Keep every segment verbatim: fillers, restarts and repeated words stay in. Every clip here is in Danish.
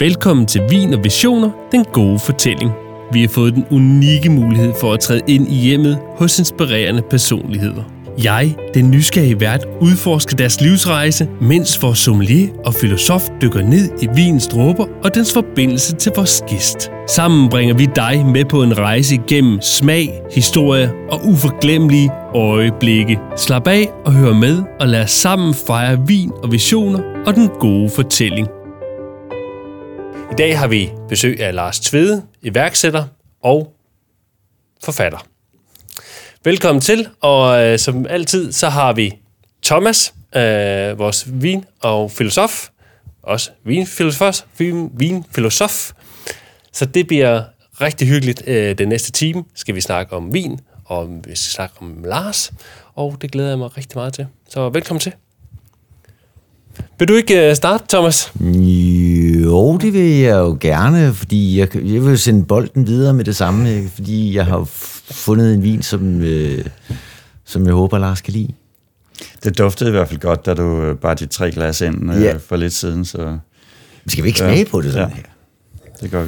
Velkommen til Vin og Visioner, den gode fortælling. Vi har fået den unikke mulighed for at træde ind i hjemmet hos inspirerende personligheder. Jeg, den nysgerrige vært, udforsker deres livsrejse, mens vores sommelier og filosof dykker ned i vinens dråber og dens forbindelse til vores gæst. Sammen bringer vi dig med på en rejse igennem smag, historie og uforglemmelige øjeblikke. Slap af og hør med, og lad os sammen fejre vin og visioner og den gode fortælling. I dag har vi besøg af Lars Tvede, iværksætter og forfatter. Velkommen til, og øh, som altid, så har vi Thomas, øh, vores vin- og filosof, også vinfilosof, vin, vinfilosof. Så det bliver rigtig hyggeligt. Øh, den næste time skal vi snakke om vin, og vi skal snakke om Lars, og det glæder jeg mig rigtig meget til. Så velkommen til. Vil du ikke øh, starte, Thomas? Jo, det vil jeg jo gerne, fordi jeg, jeg vil sende bolden videre med det samme, fordi jeg har fundet en vin, som, øh, som jeg håber, Lars kan lide. Det duftede i hvert fald godt, da du bare de tre glas ind øh, ja. for lidt siden. Så skal vi ikke smage ja. på det sådan ja. her? Det gør vi.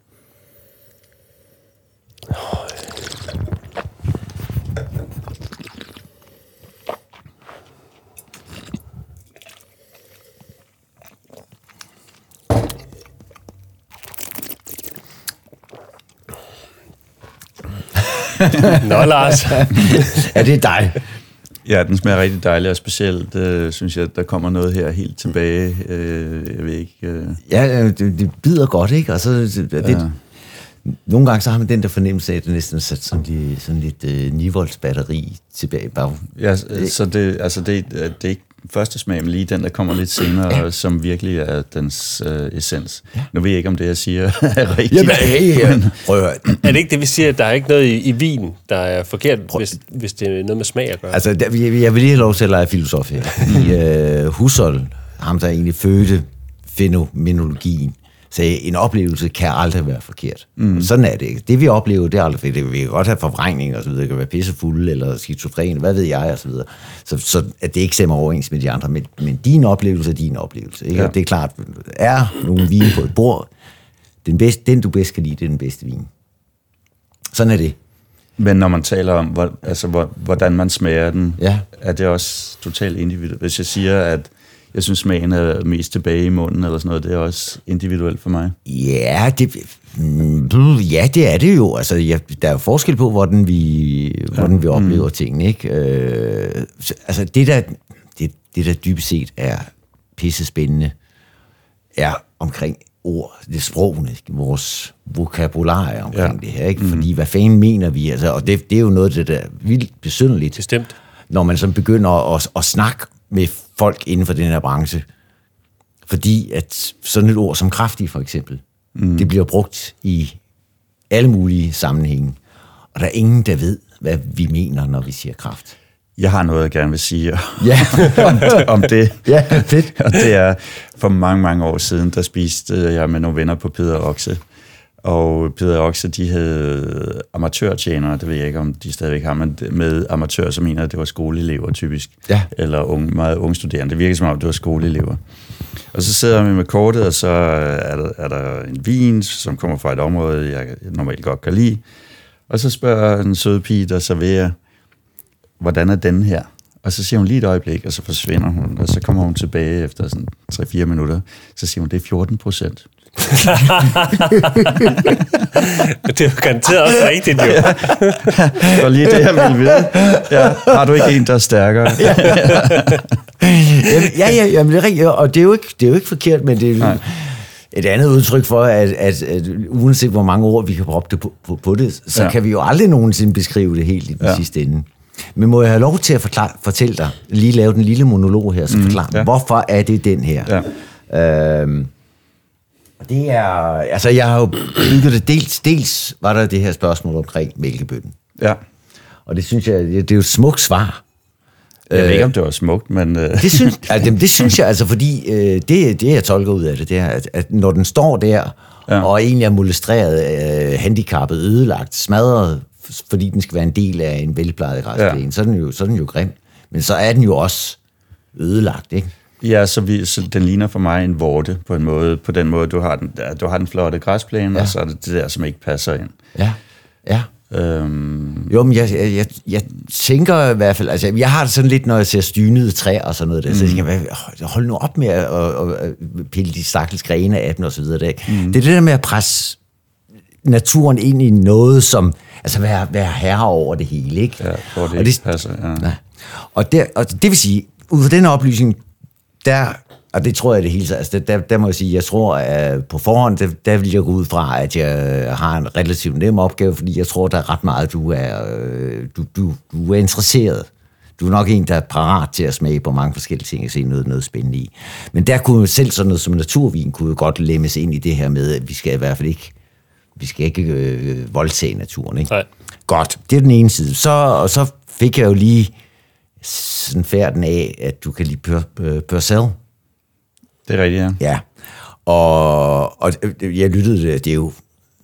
Nå, Lars. Ja, det er dig. Ja, den smager rigtig dejlig, og specielt øh, synes jeg, der kommer noget her helt tilbage. Øh, jeg ved ikke... Øh... Ja, det, det bider godt, ikke? Og så, det, ja. Nogle gange så har man den der fornemmelse af, at det næsten sat sådan lidt, sådan lidt øh, ni volts batteri tilbage. Bare. Ja, så det, altså det, det er ikke første smag, men lige den, der kommer lidt senere, ja. som virkelig er dens øh, essens. Ja. Nu ved jeg ikke, om det, jeg siger, er rigtigt. Jamen, hey, ja. Prøv at høre. Er det ikke det, vi siger, at der er ikke noget i, i vin, der er forkert, hvis, hvis det er noget med smag at gøre? Altså, der, jeg, jeg vil lige have lov til at lege filosof her. I øh, Husserl, ham der egentlig fødte fænomenologien, sagde, en oplevelse kan aldrig være forkert. Mm. Sådan er det ikke. Det vi oplever, det er aldrig forkert. Vi kan godt have forvrængning og så videre. Det kan være pissefulde eller skizofren, hvad ved jeg og så videre. Så, så at det ikke stemmer overens med de andre. Men, men din oplevelse er din oplevelse. Ikke? Ja. Det er klart, er nogle vin på et bord. Den, bedste, den du bedst kan lide, det er den bedste vin. Sådan er det. Men når man taler om, hvor, altså, hvor, hvordan man smager den, ja. er det også totalt individuelt. Hvis jeg siger, at jeg synes, smagen er mest tilbage i munden, eller sådan noget, det er også individuelt for mig. Ja, det, ja, det er det jo. Altså, ja, der er jo forskel på, hvordan vi, ja. hvordan vi oplever mm. tingene, ikke? Øh, altså, det der, det, det der dybest set er pissespændende, er omkring ord, det sprogene, vores vokabular omkring ja. det her, ikke? Fordi, mm. hvad fanden mener vi? Altså, og det, det er jo noget af det, der er vildt besynderligt. Bestemt. Når man så begynder at, at snakke med folk inden for den her branche. Fordi at sådan et ord som kraftig, for eksempel, mm. det bliver brugt i alle mulige sammenhænge. Og der er ingen, der ved, hvad vi mener, når vi siger kraft. Jeg har noget, jeg gerne vil sige ja. om, om det. Ja, fedt. Og det er, for mange, mange år siden, der spiste jeg med nogle venner på Peder Okse. Og Peder Okse, de havde amatørtjenere, det ved jeg ikke, om de stadigvæk har, men med amatører, så mener jeg, at det var skoleelever typisk. Ja. Eller unge, meget unge studerende. Det virker som om, det var skoleelever. Og så sidder vi med kortet, og så er der, er der en vin, som kommer fra et område, jeg normalt godt kan lide. Og så spørger en søde pige, der serverer, hvordan er den her? Og så siger hun lige et øjeblik, og så forsvinder hun, og så kommer hun tilbage efter sådan tre fire minutter. Så siger hun, det er fjorten procent. Det er jo garanteret også rigtigt, jo. Ja. Det var lige det, jeg ville vide. Ja. Har du ikke en, der er stærkere? Ja, ja, ja, jamen, det er rigtigt, og det er jo ikke, det er jo ikke forkert, men det er Nej. et andet udtryk for, at, at, at uanset hvor mange ord vi kan proppe på, på, på det, så ja. kan vi jo aldrig nogensinde beskrive det helt i den ja. sidste ende. Men må jeg have lov til at forklare, fortælle dig, lige lave den lille monolog her, så mm, forklare, ja. hvorfor er det den her? Ja. Øhm, det er, altså jeg har jo bygget det, dels, dels var der det her spørgsmål omkring mælkebøtten. Ja. Og det synes jeg, det er jo et smukt svar. Jeg ved ikke, om det var smukt, men... Det synes, altså, det synes jeg, altså, fordi øh, det, det, jeg tolker ud af det, det er, at, at når den står der, ja. og egentlig er molestreret, øh, handicappet, ødelagt, smadret, fordi den skal være en del af en velplejet græsplæne, ja. så, er den jo, så er den jo grim. Men så er den jo også ødelagt, ikke? Ja, så, vi, så den ligner for mig en vorte på en måde. På den måde, du har den, du har den flotte græsplæne, ja. Og så er det det der, som ikke passer ind. Ja, ja. Øhm. Jo, men jeg, jeg, jeg, jeg tænker i hvert fald, altså jeg har det sådan lidt, når jeg ser stynede træer og sådan noget der, mm. så jeg tænker, hold nu op med at, at, at pille de stakkels grene af dem og så videre. Der. Mm. Det er det der med at presse naturen ind i noget, som, altså være, være herre over det hele, ikke? Ja, hvor det og ikke passer, ja. Nej. Og, der, og det vil sige, ud fra den oplysning, der, og det tror jeg det hele taget, altså der, der må jeg sige, jeg tror, at på forhånd, der, der vil jeg gå ud fra, at jeg har en relativt nem opgave, fordi jeg tror, der er ret meget, du er, du, du, du er interesseret. Du er nok en, der er parat til at smage på mange forskellige ting og se noget, noget spændende i. Men der kunne selv sådan noget som naturvin, kunne jo godt lemmes ind i det her med, at vi skal i hvert fald ikke, vi skal ikke øh, voldtage naturen, ikke? Nej. Godt, det er den ene side. Så, og så fik jeg jo lige sådan færden af, at du kan lide Pur- Purcell. Det er rigtigt, ja. Ja, og, og jeg lyttede, det er jo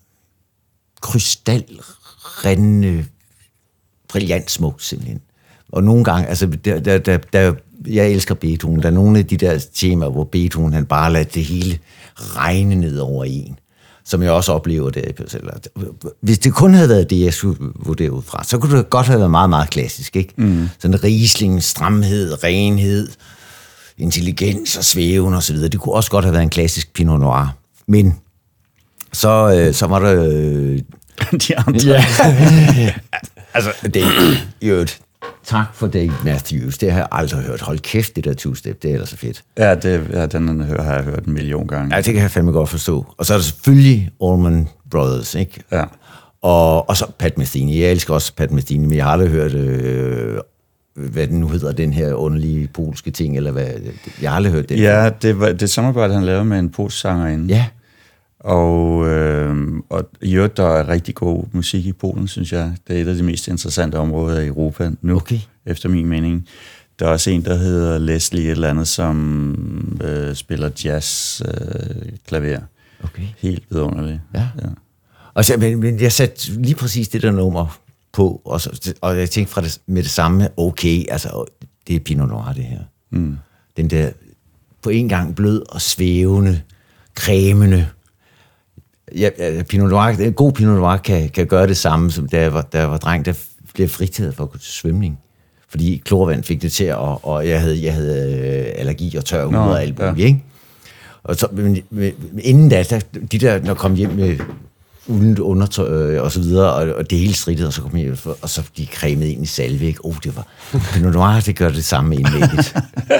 krystalrendende, brillant smukt simpelthen. Og nogle gange, altså, der, der, der, der, jeg elsker Beethoven, der er nogle af de der temaer, hvor Beethoven, han bare lader det hele regne ned over en, som jeg også oplever der i Purcell. Hvis det kun havde været det, jeg skulle vurdere ud fra, så kunne det godt have været meget, meget klassisk, ikke? Mm. Sådan Riesling, stramhed, renhed, intelligens og svæven og så videre. Det kunne også godt have været en klassisk Pinot Noir. Men så, øh, så var der... Øh, de andre. Ja. altså, det jo tak for Dave Matthews. Det har jeg aldrig hørt. Hold kæft, det der two-step. Det er ellers så fedt. Ja, det, ja den har jeg hørt en million gange. Ja, det kan jeg fandme godt forstå. Og så er der selvfølgelig Allman Brothers, ikke? Ja. Og, og så Pat Metheny. Jeg elsker også Pat Metheny, men jeg har aldrig hørt... Øh, hvad den nu hedder, den her underlige polske ting, eller hvad, jeg har aldrig hørt det. Ja, det var det samarbejde, han lavede med en polsk sangerinde. Ja. Og, øh, og i øvrigt, der er rigtig god musik i Polen, synes jeg. Det er et af de mest interessante områder i Europa nu, okay. Efter min mening. Der er også en, der hedder Leslie et eller andet, som øh, spiller jazz øh, klaver. Okay. Helt vidunderligt. Ja. Ja. Og så, men, men jeg satte lige præcis det der nummer på, og, så, og jeg tænkte fra det, med det samme, okay, altså, det er Pinot Noir, det her. Mm. Den der på en gang blød og svævende, cremende. Ja, Pinot Noir, en god Pinot Noir kan, kan gøre det samme, som da jeg var, da jeg var dreng, der blev fritaget for at gå til svømning. Fordi klorvand fik det til, at, og jeg havde, jeg havde allergi og tør ud og alt muligt, ja. Ikke? Og så, men, men, inden da, der, de der, når kom hjem med uldent undertøj og så videre, og, og det hele strittede, og så kom jeg, og så de cremede ind i salve, ikke? Oh, det var, Pinot Noir, det gør det samme indlægget.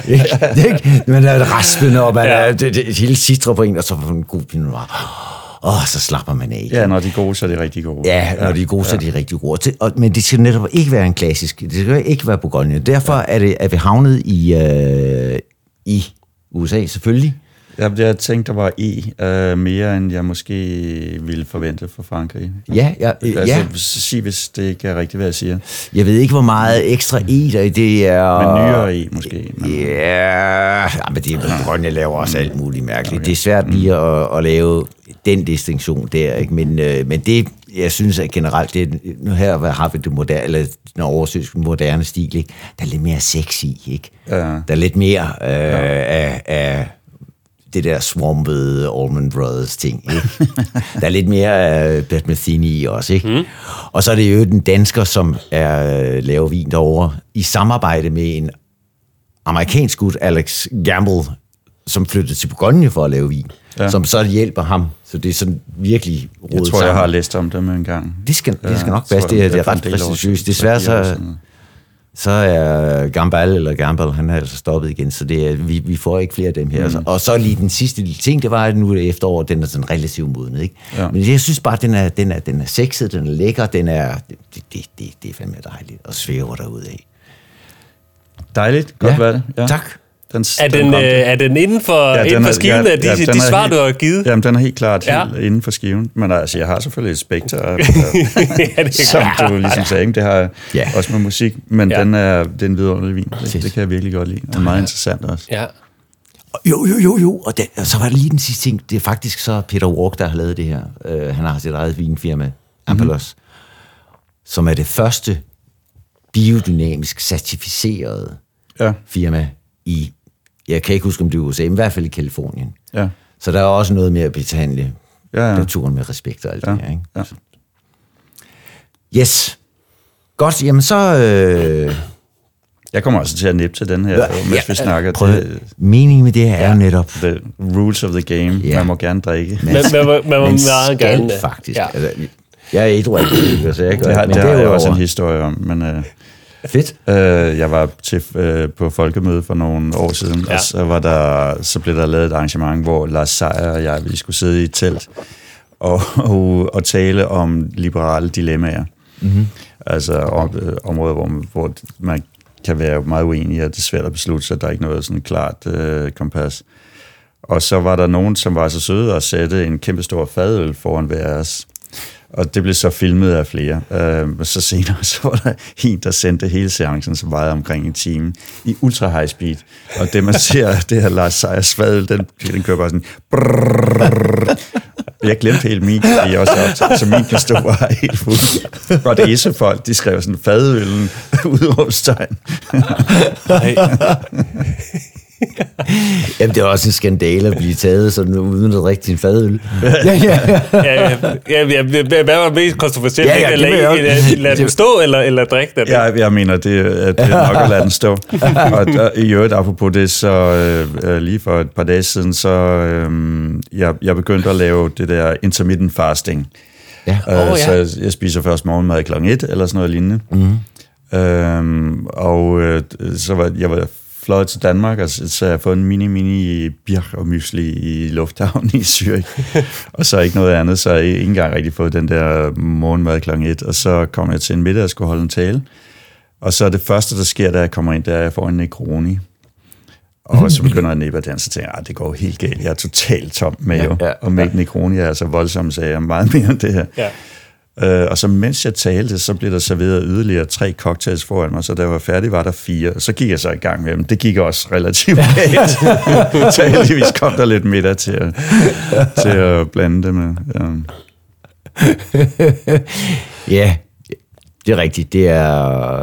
Ikke? Man er raspende, og man ja. er, det, det, hele citrer på en, og så får man en god Pinot Noir. Åh, oh, så slapper man af. Ja, når de er gode, så er de rigtig gode. Ja, når de er gode, så er de rigtig gode. Og, men det skal netop ikke være en klassisk, det skal ikke være Bourgogne. Derfor er, det, er vi havnet i, øh, i U S A, selvfølgelig. Ja, jeg tænkte, der var E øh, mere, end jeg måske ville forvente for Frankrig. Ja, ja. Øh, altså, ja. Sig, hvis det ikke er rigtigt, hvad jeg siger. Jeg ved ikke, hvor meget ekstra E der det er. Men nyere E, måske. Men... Ja, men det er Bourgogne laver også alt muligt mærkeligt. Okay. Det er svært lige at, at lave den distinktion der, ikke? Men, øh, men det, jeg synes at generelt, det, nu her har vi det moderne, eller den oversøgske moderne stil, ikke? Der er lidt mere sexy, ikke? Ja. Der er lidt mere øh, ja. af, af det der swampede Allman Brothers ting, ikke? Der er lidt mere af Pat Metheny i også, ikke? Mm. Og så er det jo den dansker, som er laver vin derovre, i samarbejde med en amerikansk gut, Alex Gamble, som flyttede til Bourgogne for at lave vin, ja. Som så hjælper ham. Så det er sådan virkelig rodet sammen. Jeg tror, sammen. Jeg har læst om dem en gang. Det skal, det skal nok passe, det, det er ret præcisiøst. Desværre så, så er Gambal, eller Gambal, han har altså stoppet igen, så det er, vi, vi får ikke flere af dem her. Mm. Og så lige den sidste lille ting, det var, at nu efterår, den er sådan relativt modnet, ikke? Ja. Men jeg synes bare, den er, den er, den er sexet, den er lækker, den er, det, det, det, det er fandme dejligt at svæve derude af. Dejligt, godt ja. Været det. Ja. Tak. Den, er, den, den øh, er den inden for, ja, inden for skiven af ja, de, ja, de svar, helt, du har givet? Jamen, den er helt klart ja. helt inden for skiven. Men altså, jeg har selvfølgelig et spekter, ja, som du ligesom sagde, det har ja. også med musik, men ja. den er, det er en vidunderlig vin. Det, det kan jeg virkelig godt lide. Det er meget ja. interessant også. Ja. Jo, jo, jo, jo. Og, det, og så var det lige den sidste ting. Det er faktisk så Peter Walk, der har lavet det her. Uh, han har sit eget vinfirma, Ampalos, mm-hmm. som er det første biodynamisk certificerede ja. firma i jeg kan ikke huske, om det er U S A, men i hvert fald i Kalifornien. Ja. Så der er også noget med at behandle ja, ja. naturen med respekt og alt ja. det her. Ikke? Ja. Yes. Godt, jamen så... Øh... Jeg kommer altså til at nippe til den her, ja, mens vi snakker. Prøv, det, meningen med det her ja, er jo netop... The rules of the game. Ja. Man må gerne drikke. Man, man, man, man må man meget skal gerne. faktisk. Ja. Altså, jeg er ædru af det, så jeg gør det. Har, men det har jeg også over. en historie om, men... Øh, Fedt. Øh, jeg var til, øh, på folkemøde for nogle år siden, ja. og så, var der, så blev der lavet et arrangement, hvor Lars Seier og jeg, vi skulle sidde i et telt og, og, og tale om liberale dilemmaer. Mm-hmm. Altså om, øh, områder, hvor man, hvor man kan være meget uenig, og det er svært at beslutte sig, der er ikke noget sådan klart øh, kompas. Og så var der nogen, som var så søde at sætte en kæmpe stor fadøl foran hver af os. Og det blev så filmet af flere. Uh, så senere så var der en, der sendte hele seancen, som varede omkring en time, i ultra high speed. Og det man ser, det her Lars Seiers fadøl, den, den kører bare sådan... Brrrr. Jeg glemte helt min, fordi jeg også optaget, så min kan stå bare helt fuld. Og det er folk, de skrev sådan, fadølen, udråbstegn. Jamen, det er også en skandale at blive taget sådan uden at drikke sin fadøl. ja, ja. ja, ja, ja, hvad var det mest kontroversielt? Ja, ja, lade, lade den stå, eller, eller drikke den? Ja, jeg mener, det, det er nok at lade den stå. Og der, i øvrigt, apropos det, så øh, lige for et par dage siden, så øh, jeg, jeg begyndte at lave det der intermittent fasting. Ja. Øh, oh, ja. Så jeg, jeg spiser først morgenmad klokken et, eller sådan noget lignende. Mm. Øh, og øh, så var jeg var fløjet til Danmark, og så har jeg fået en mini-mini birk og mysli i lufthavnen i Zürich. Og så ikke noget andet, så har jeg ikke engang rigtig fået den der morgenmad klokken et. Og så kom jeg til en middag og skulle holde en tale. Og så det første, der sker, da jeg kommer ind, det er, at jeg får en Negroni. Og så begynder jeg at nippe den, så tænker jeg, det går helt galt. Jeg er totalt tom med jo. Ja, ja, og med ja. Negroni er så voldsomt, så jeg er meget mere end det her. Ja. Uh, og så mens jeg talte, så blev der serveret yderligere tre cocktails foran mig, så da jeg var færdig, var der fire. Så gik jeg så i gang med dem. Det gik også relativt galt. Så heldigvis kom der lidt middag til at, til at blande det med. Ja. Ja, det er rigtigt. Det er...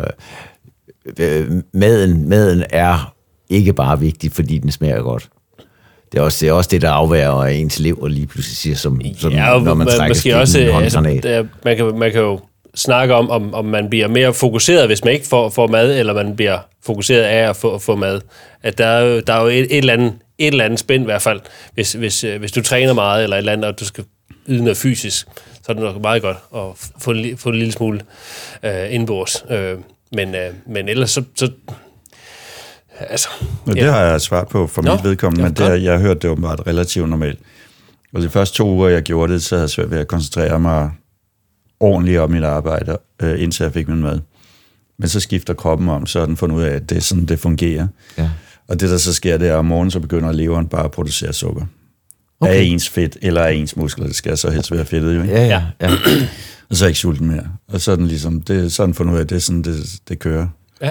Maden, maden er ikke bare vigtig, fordi den smager godt. Det er også det, er også det der afværger ens liv, og lige pludselig siger, som, som ja, når man trækker måske også, en altså, er, man, kan, man kan jo snakke om, om, om man bliver mere fokuseret, hvis man ikke får, får mad, eller man bliver fokuseret af at få, at få mad. At der er jo, der er jo et, et, eller andet, et eller andet spænd i hvert fald. Hvis, hvis, hvis du træner meget, eller et eller andet, og du skal yde noget fysisk, så er det nok meget godt at få en, få en lille smule øh, indbords. Øh, men, øh, men ellers så... så altså, ja. Det har jeg svar på for Nå, mit vedkommende, men det er, jeg har hørt, det åbenbart relativt normalt. Og de første to uger, jeg gjorde det, så havde jeg svært ved at koncentrere mig ordentligt om mit arbejde, øh, indtil jeg fik min mad. Men så skifter kroppen om, så har den fundet ud af, at det er sådan, det fungerer. Ja. Og det, der så sker, det er, at om morgenen, så begynder leveren bare at producere sukker. Okay. Af ens fedt, eller af ens muskler, det skal så helst være fedtet, jo ikke? Ja, ja, ja. Og så er jeg ikke sulten mere. Og så er den ligesom, det, så har den fundet ud af, at det er sådan, det, det kører. Ja.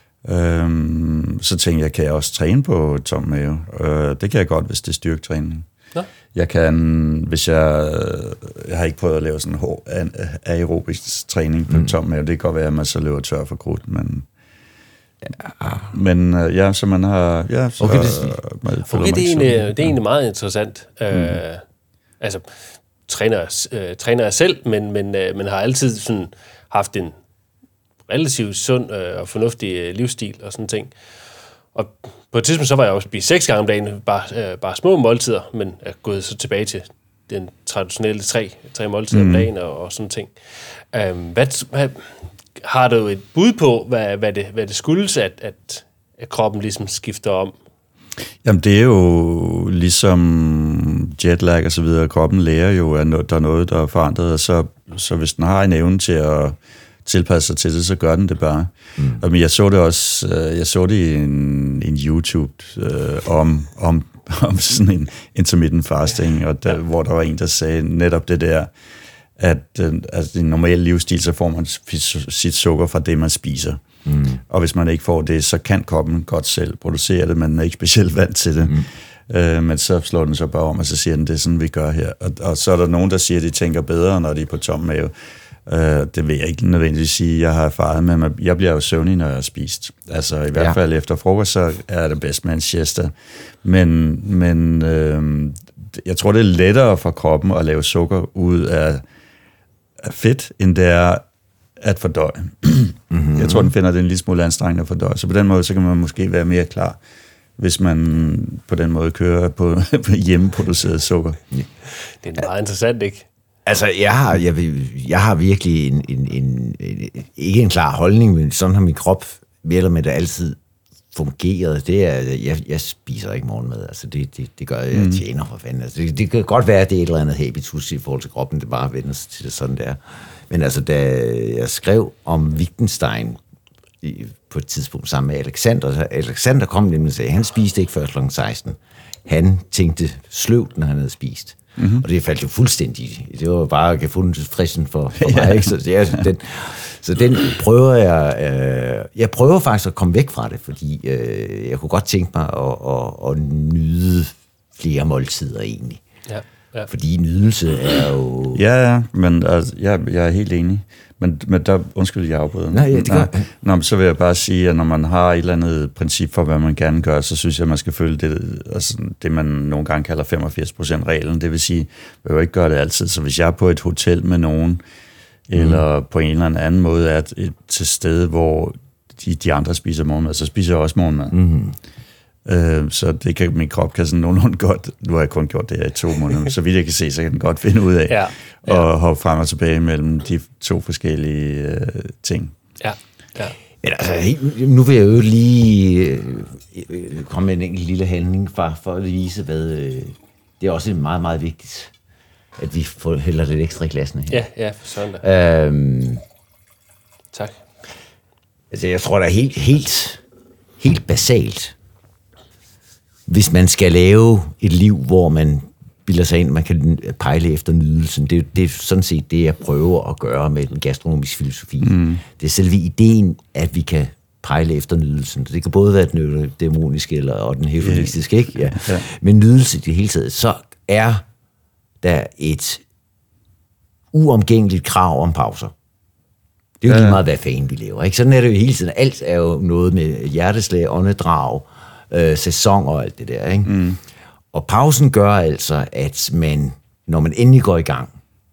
Øhm, så tænkte jeg, kan jeg også træne på tom mave? Øh, det kan jeg godt, hvis det er styrketræning. Ja. Jeg kan, hvis jeg, jeg har ikke prøvet at lave sådan en hård aerobisk træning på mm. tom mave. Det kan godt være, at man så løber tør for krudt, men ja, men ja, så man har, ja, så okay, det, man okay, det, er egentlig, det er egentlig meget interessant. Mm. Øh, altså, træner, øh, træner jeg selv, men, men øh, man har altid sådan haft en relativt sund øh, og fornuftig øh, livsstil og sådan ting. Og på et tidspunkt, så var jeg også spist seks gange om dagen, bare, øh, bare små måltider, men jeg er gået så tilbage til den traditionelle tre, tre måltider mm. om dagen og, og sådan ting. Øh, hvad, hvad, har du et bud på, hvad, hvad, det, hvad det skyldes, at, at, at kroppen ligesom skifter om? Jamen, det er jo ligesom jetlag og så videre. Kroppen lærer jo, at der er noget, der er forandret, og så, så hvis den har en evne til at tilpasse sig til det, så gør den det bare. Mm. Og men jeg så det også, jeg så det i en, en YouTube øh, om, om, om sådan en intermittent fasting, og der, ja. hvor der var en, der sagde netop det der, at altså, i en normal livsstil, så får man sit sukker fra det, man spiser. Mm. Og hvis man ikke får det, så kan kroppen godt selv producere det, men man er ikke specielt vant til det. Mm. Øh, men så slår den så bare om, og så siger den, det er sådan, vi gør her. Og, og så er der nogen, der siger, at de tænker bedre, når de er på tom mave. Uh, det vil jeg ikke nødvendigvis sige, jeg har erfaret, men jeg bliver jo søvnig, når jeg har spist. Altså i hvert fald ja. efter frokost, så er det bedst med en siesta. Men, men øh, jeg tror, det er lettere for kroppen at lave sukker ud af, af fedt, end det er at fordøje. Mm-hmm. Jeg tror, den finder det en lille smule anstrengende at fordøje. Så på den måde, så kan man måske være mere klar, hvis man på den måde kører på, på hjemmeproduceret sukker. Det er meget interessant, ikke? Altså, jeg har, jeg, jeg har virkelig en, en, en, en, ikke en klar holdning, men sådan har min krop mere eller mindre altid fungeret. Det er, jeg, jeg spiser ikke morgenmad, altså det, det, det gør jeg, jeg tjener for fanden. Altså, det, det kan godt være, at det er et eller andet habitus i forhold til kroppen, det bare vender sig til det sådan der. Men altså, da jeg skrev om Wittgenstein i, på et tidspunkt sammen med Alexander, så Alexander kom nemlig og sagde, han spiste ikke før klokken seksten. Han tænkte sløvt, når han havde spist. Mm-hmm. Og det faldt jo fuldstændig. Det var bare at have fundet fristen for, for mig. Ikke? Så, ja, den, så den prøver jeg... Øh, jeg prøver faktisk at komme væk fra det, fordi øh, jeg kunne godt tænke mig at, at, at nyde flere måltider egentlig. Ja, ja. Fordi nydelse er jo... Ja, ja, men altså, jeg, jeg er helt enig. Men, men der, undskyld, jeg afbryder. Nej, ja, det gør Nå, så vil jeg bare sige, at når man har et eller andet princip for, hvad man gerne gør, så synes jeg, at man skal følge det, altså det man nogle gange kalder femogfirs procent reglen. Det vil sige, at jeg ikke gøre det altid. Så hvis jeg er på et hotel med nogen, mm. eller på en eller anden måde er et, til sted, hvor de, de andre spiser morgenmad, så spiser jeg også morgenmad. Mm. Øh, så det kan, min krop kan sådan nogenlunde godt, nu har jeg kun gjort det her i to måneder, så vidt jeg kan se, så kan den godt finde ud af ja, ja. at hoppe frem og tilbage mellem de to forskellige øh, ting. Ja, ja. Men altså, nu vil jeg jo lige øh, komme med en enkelt lille handling for, for at vise, hvad øh, det er også meget, meget vigtigt, at vi får hælder lidt ekstra i glassene her. Ja, ja, for søndag. Øhm, tak. Altså, jeg tror, der er helt, helt, helt basalt, hvis man skal lave et liv, hvor man bilder sig ind, man kan pejle efter nydelsen. Det, det er sådan set det, jeg prøver at gøre med den gastronomiske filosofi. Mm. Det er selve ideen, at vi kan pejle efter nydelsen. Det kan både være den dæmoniske eller, og den hedonistiske, ikke? Ja. Ja. Men nydelse i det hele taget, så er der et uomgængeligt krav om pauser. Det er jo ja. lige meget, hvad fanden vi lever. Ikke? Sådan er det jo hele tiden. Alt er jo noget med hjerteslag, åndedrag, øh, sæson og alt det der. Ikke? Mm. Og pausen gør altså, at man, når man endelig går i gang,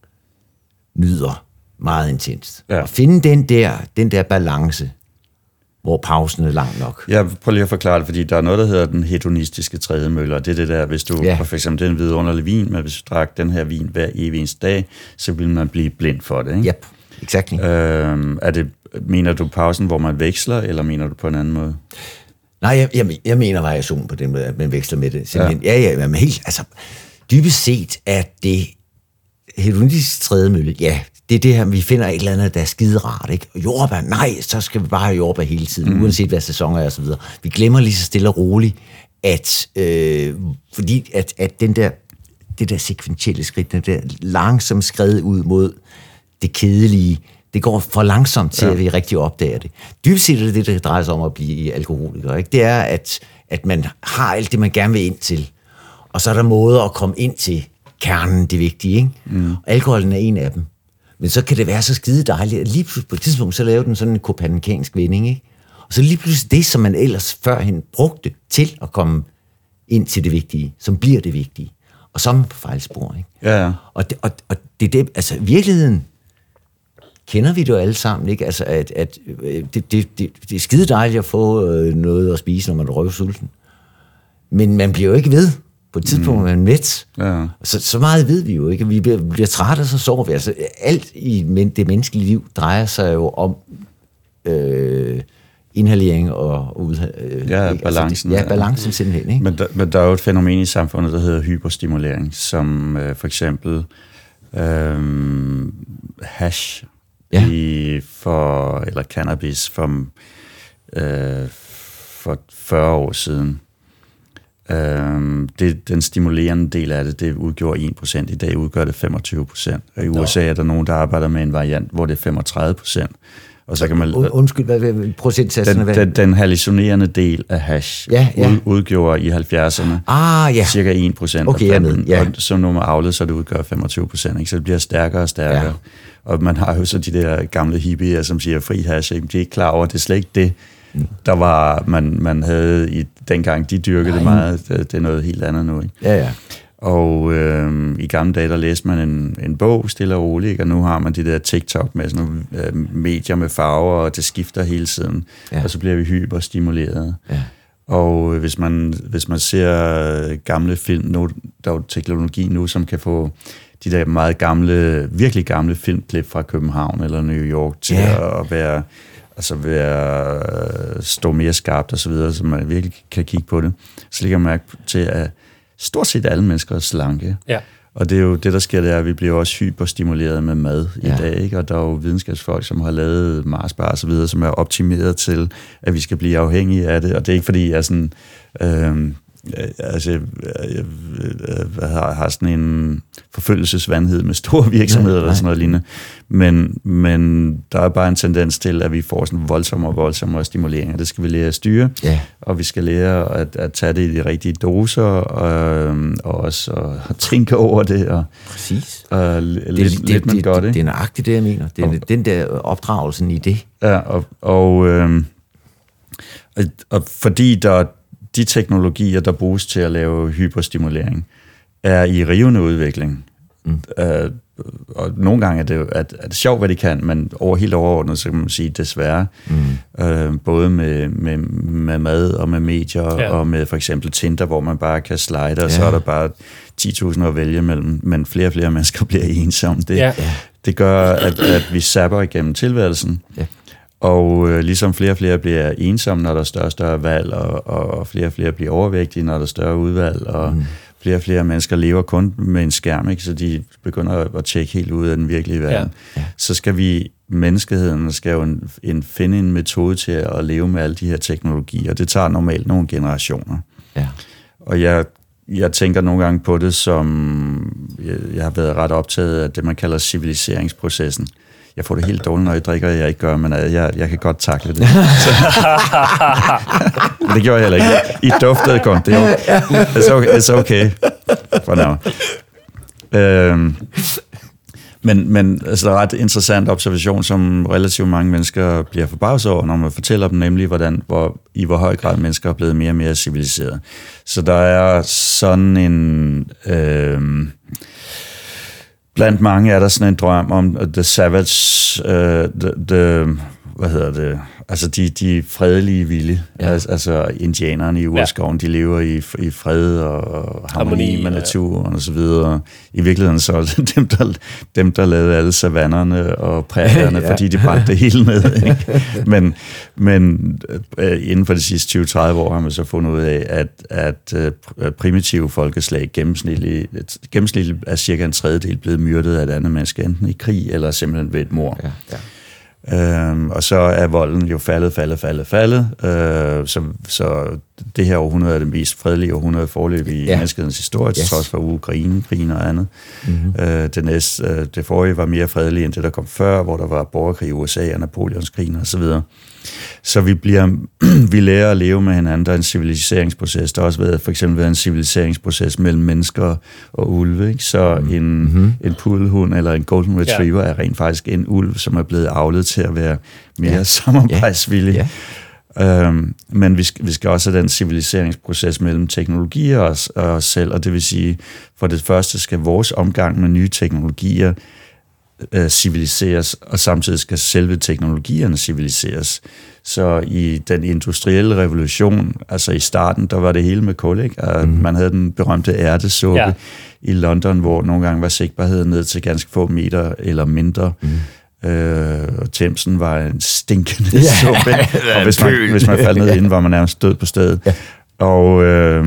nyder meget intenst. Ja. Og finde den der, den der balance, hvor pausen er lang nok. Jeg prøver lige at forklare det, fordi der er noget, der hedder den hedonistiske trædemølle, og det er det der, hvis du, ja. for eksempel den vidunderlige vin, men hvis du drak den her vin hver evig eneste dag, så vil man blive blind for det, ikke? Yep, exactly. Øhm, er det, mener du pausen, hvor man veksler, eller mener du på en anden måde? Nej, jeg, jeg, jeg mener variation på den måde, at man veksler med det. Simpelthen. Ja, ja, men helt, altså, dybest set er det hedonistiske trædemølle, ja, det er det her, vi finder et eller andet, der er skide rart, ikke? Jordbær, nej, så skal vi bare have jordbær hele tiden, mm. uanset hvad sæsoner er og så videre. Vi glemmer lige så stille og roligt, at, øh, fordi at, at den der, det der sekventielle skridt, den der langsomt skred ud mod det kedelige, det går for langsomt til, ja. at vi rigtig opdager det. Dybest set er det det, der drejer sig om at blive alkoholiker, ikke? Det er, at, at man har alt det, man gerne vil ind til, og så er der måder at komme ind til kernen, det vigtige, ikke? Mm. Og alkoholen er en af dem. Men så kan det være så skide dejligt, at lige pludselig på et tidspunkt, så laver den sådan en kopernikansk vending, ikke? Og så lige pludselig det, som man ellers førhen brugte til at komme ind til det vigtige, som bliver det vigtige. Og så er man på fejlspor, ikke? Ja, ja. Og det, og, og det, det, altså virkeligheden kender vi det jo alle sammen, ikke? Altså, at, at det, det, det, det er skide dejligt at få noget at spise, når man er røvsulten. Men man bliver jo ikke ved. På et tidspunkt mm. er man mæt. Ja. Så, så meget ved vi jo ikke. Vi bliver, bliver trætte, og så sover vi. Altså, alt i det menneskelige liv drejer sig jo om øh, inhalering og ud, øh, ja, balancen. Altså, ja, balancen simpelthen. Ikke? Men, der, men der er jo et fænomen i samfundet, der hedder hyperstimulering, som øh, for eksempel øh, hash ja. i for, eller cannabis for, øh, for fyrre år siden. Øhm, det, den stimulerende del af det, det udgjorde en procent. I dag udgør det femogtyve procent. Og i U S A er der nogen, der arbejder med en variant, hvor det er femogtredive procent. Og så kan man, Undskyld, hvad vil procentsatsen den, den, den hallucinerende del af hash ja, ja. Ud, udgjorde i halvfjerdserne ah, ja. cirka en procent okay, af planten, ja. og så når man avlet, så det udgør femogtyve procent, ikke? Så det bliver stærkere og stærkere. Ja. Og man har jo så de der gamle hippier, som siger fri hash, ikke? De er ikke klar over, det er slet ikke det, der var, man, man havde i dengang, de dyrkede Nej. det meget. Det, det er noget helt andet nu, ikke? Ja, ja. Og øh, i gamle dage, der læste man en, en bog, stille og roligt, ikke? Og nu har man de der TikTok med sådan nogle øh, medier med farver, og det skifter hele tiden. Ja. Og så bliver vi hyperstimuleret. Ja. Og hvis man, hvis man ser gamle film, nu, der er jo teknologi nu, som kan få de der meget gamle, virkelig gamle filmklip fra København eller New York til ja. at være, altså være, stå mere skarpt og så videre, så man virkelig kan kigge på det. Så lægger man mærke til, at stort set alle mennesker er slanke. Ja. Og det er jo det, der sker, det er, at vi bliver også hyperstimuleret med mad ja. i dag, ikke? Og der er jo videnskabsfolk, som har lavet Mars-bar og så videre, som er optimeret til, at vi skal blive afhængige af det. Og det er ikke, fordi jeg er sådan... Øh, altså, jeg, jeg, jeg har, har sådan en forfølgelsesvandhed med store virksomheder eller sådan noget lignende, men, men der er bare en tendens til, at vi får sådan voldsommere og voldsommere stimuleringer. Det skal vi lære at styre, ja. og vi skal lære at, at tage det i de rigtige doser, og, og også at tænke over det. Og, Præcis. Og det, lidt, det, lidt man det, gør det. Det. Det er nøjagtigt det, jeg mener. Det er og, den der opdragelsen i det. Ja, og, og, øh, og, og fordi der de teknologier, der bruges til at lave hyperstimulering, er i rivende udvikling. Mm. Uh, og nogle gange er det, er, er det sjovt, hvad de kan, men over helt overordnet, så kan man sige desværre, mm. uh, både med, med, med mad og med medier, ja. og med for eksempel Tinder, hvor man bare kan slide, og ja. så er der bare ti tusind at vælge mellem, men flere og flere mennesker bliver ensomme. Det, ja. det gør, at, at vi zapper igennem tilværelsen. Ja. Og øh, ligesom flere og flere bliver ensomme, når der er større og større valg, og, og flere og flere bliver overvægtige, når der er større udvalg, og mm. flere og flere mennesker lever kun med en skærm, ikke? Så de begynder at tjekke helt ud af den virkelige verden. Ja. Ja. Så skal vi, menneskeheden skal jo en, en, finde en metode til at leve med alle de her teknologier, og det tager normalt nogle generationer. Ja. Og jeg, jeg tænker nogle gange på det som, jeg, jeg har været ret optaget af det, man kalder civiliseringsprocessen. Jeg får det helt dårligt, når jeg drikker, jeg ikke gør, men jeg, jeg kan godt takle det. Det gjorde jeg heller ikke. I duftede godt. Det er it's okay, it's okay for now. Øhm, men, men altså, der er ret interessant observation, som relativt mange mennesker bliver forbavset over, når man fortæller dem nemlig, hvordan, hvor, i hvor høj grad mennesker er blevet mere og mere civiliseret. Så der er sådan en... Øhm, Blandt mange er der sådan en drøm om the savage, uh, the, the, hvad hedder det, altså de, de fredelige vilde, ja. altså, altså indianerne i urskoven, ja. de lever i, i fred og harmoni, harmoni med naturen ja. og så videre. I virkeligheden så er det dem, der, dem, der lavede alle savannerne og prærierne, ja. fordi de brændte det hele ned. Ikke? Men, men uh, inden for de sidste tyve til tredive år har man så fundet ud af, at, at uh, primitive folkeslag gennemsnitligt, gennemsnitligt er cirka en tredjedel blevet myrdet af et andet menneske, enten i krig eller simpelthen ved et mord. Ja, ja. Øhm, og så er volden jo faldet, faldet, faldet, faldet. Øh, så, så det her århundrede er det mest fredelige århundrede forløb i ja. menneskehedens historie, yes. trods for Ukraine, krigen og andet. Mm-hmm. Øh, det, næste, øh, det forrige var mere fredeligt end det, der kom før, hvor der var borgerkrig i U S A og Napoleonskrigen og så videre. Så vi, bliver, vi lærer at leve med hinanden. Der er en civiliseringsproces. Der har også været, for eksempel været en civiliseringsproces mellem mennesker og ulve. Ikke? Så mm. en, mm-hmm. en pudelhund eller en golden retriever ja. er rent faktisk en ulv, som er blevet avlet til at være mere ja. samarbejdsvillig. Ja. Ja. Øhm, men vi skal, vi skal også have den civiliseringsproces mellem teknologier og os, og os selv, og det vil sige, for det første skal vores omgang med nye teknologier civiliseres, og samtidig skal selve teknologierne civiliseres. Så i den industrielle revolution, altså i starten, der var det hele med kul, ikke? Mm. Man havde den berømte ærtesuppe ja. i London, hvor nogle gange var sigtbarheden ned til ganske få meter eller mindre. Mm. Øh, og Themsen var en stinkende ja. suppe, og hvis man, hvis man faldt ned inden, var man nærmest død på stedet. Ja. Og... Øh,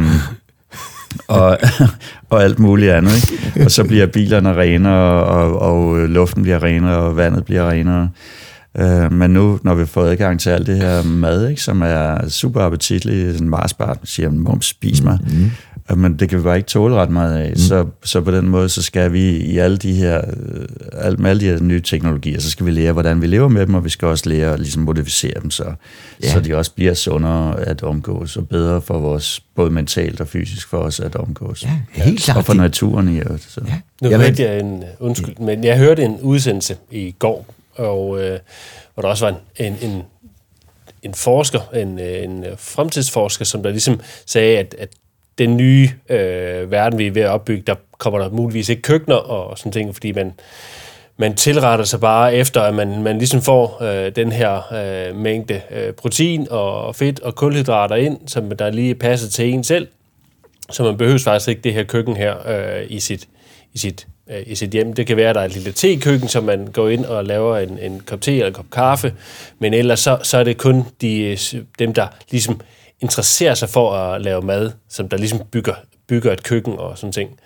og, og alt muligt andet, ikke? Og så bliver bilerne renere, og, og luften bliver renere, og vandet bliver renere. Uh, men nu, når vi får adgang til alt det her mad, ikke, som er super appetitligt, sådan Mars-bar, siger man, mums, spis mig, Men det kan vi bare ikke tåle ret meget af. Mm. Så, så på den måde, så skal vi i alle de her, alle, med alle de her nye teknologier, så skal vi lære, hvordan vi lever med dem, og vi skal også lære at ligesom modificere dem, så, ja. så de også bliver sundere at omgås, og bedre for vores, både mentalt og fysisk for os at omgås. Ja, helt klart. Og for naturen i øvrigt. Så. Ja. Nu Jamen, hørte jeg en, undskyld, ja. men jeg hørte en udsendelse i går, og øh, hvor der også var en, en, en, en forsker, en, en fremtidsforsker, som der ligesom sagde, at, at den nye øh, verden, vi er ved at opbygge, der kommer der muligvis ikke køkkener og sådan ting, fordi man, man tilretter sig bare efter, at man, man ligesom får øh, den her øh, mængde øh, protein og fedt og kulhydrater ind, som der lige passer til en selv, så man behøver faktisk ikke det her køkken her øh, i sit, i sit, øh, i sit hjem. Det kan være, at der er et lille tekøkken, så man går ind og laver en, en kop te eller en kop kaffe, men ellers så, så er det kun de, dem, der ligesom interesserer sig for at lave mad, som der ligesom bygger, bygger et køkken og sådan ting.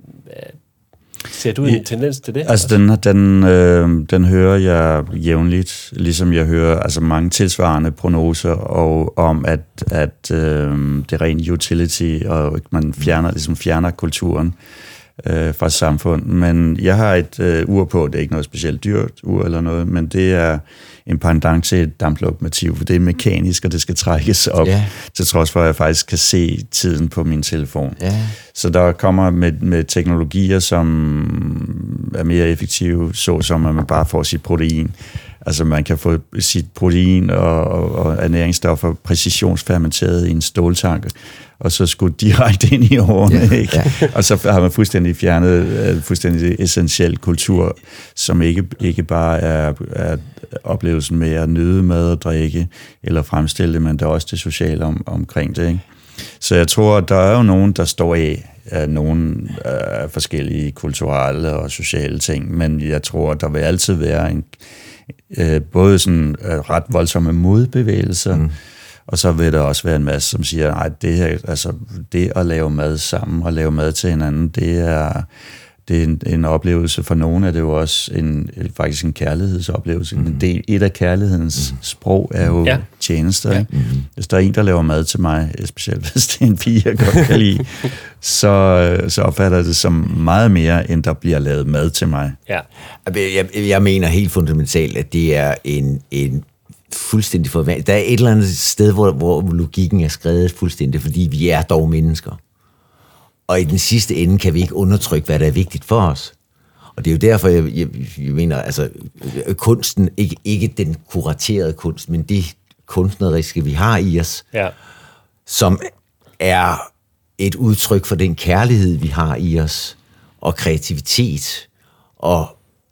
Ser du en tendens til det? Altså, den, den, øh, den hører jeg jævnligt, ligesom jeg hører altså mange tilsvarende prognoser og, om, at, at øh, det er ren utility, og man fjerner, ligesom fjerner kulturen øh, fra samfund. Men jeg har et øh, ur på, det er ikke noget specielt dyrt ur eller noget, men det er en pendant til et damplokomotiv, for det er mekanisk, og det skal trækkes op, yeah. til trods for, at jeg faktisk kan se tiden på min telefon. Yeah. Så der kommer med, med teknologier, som er mere effektive, såsom at man bare får sit protein. Altså man kan få sit protein og, og ernæringsstoffer præcisionsfermenteret i en ståltank, og så skudt direkte ind i ovnen, yeah, ikke? Yeah. Og så har man fuldstændig fjernet uh, fuldstændig essentiel kultur, som ikke, ikke bare er, er oplevelsen med at nyde mad og drikke, eller fremstille det, men der er også det sociale om, omkring det, ikke? Så jeg tror, der er jo nogen, der står af, af nogle uh, forskellige kulturelle og sociale ting, men jeg tror, der vil altid være en, uh, både sådan uh, ret voldsomme modbevægelser, mm. og så vil der også være en masse, som siger, nej, det her, altså det at lave mad sammen og lave mad til hinanden, det er, det er en, en oplevelse. For nogle er det jo også en, faktisk en kærlighedsoplevelse. Mm. En del, et af kærlighedens mm. sprog er jo ja. tjenester. Ja. Mm. Hvis der er en, der laver mad til mig, specielt hvis det er en pige, jeg godt kan lide, så, så opfatter det som meget mere, end der bliver lavet mad til mig. Ja. Jeg, jeg mener helt fundamentalt, at det er en, en fuldstændig forvandling. Der er et eller andet sted, hvor, hvor logikken er skrevet fuldstændig, fordi vi er dog mennesker. Og i den sidste ende kan vi ikke undertrykke, hvad der er vigtigt for os. Og det er jo derfor, jeg, jeg, jeg mener, altså kunsten, ikke, ikke den kuraterede kunst, men det kunstneriske, vi har i os, ja. som er et udtryk for den kærlighed, vi har i os, og kreativitet, og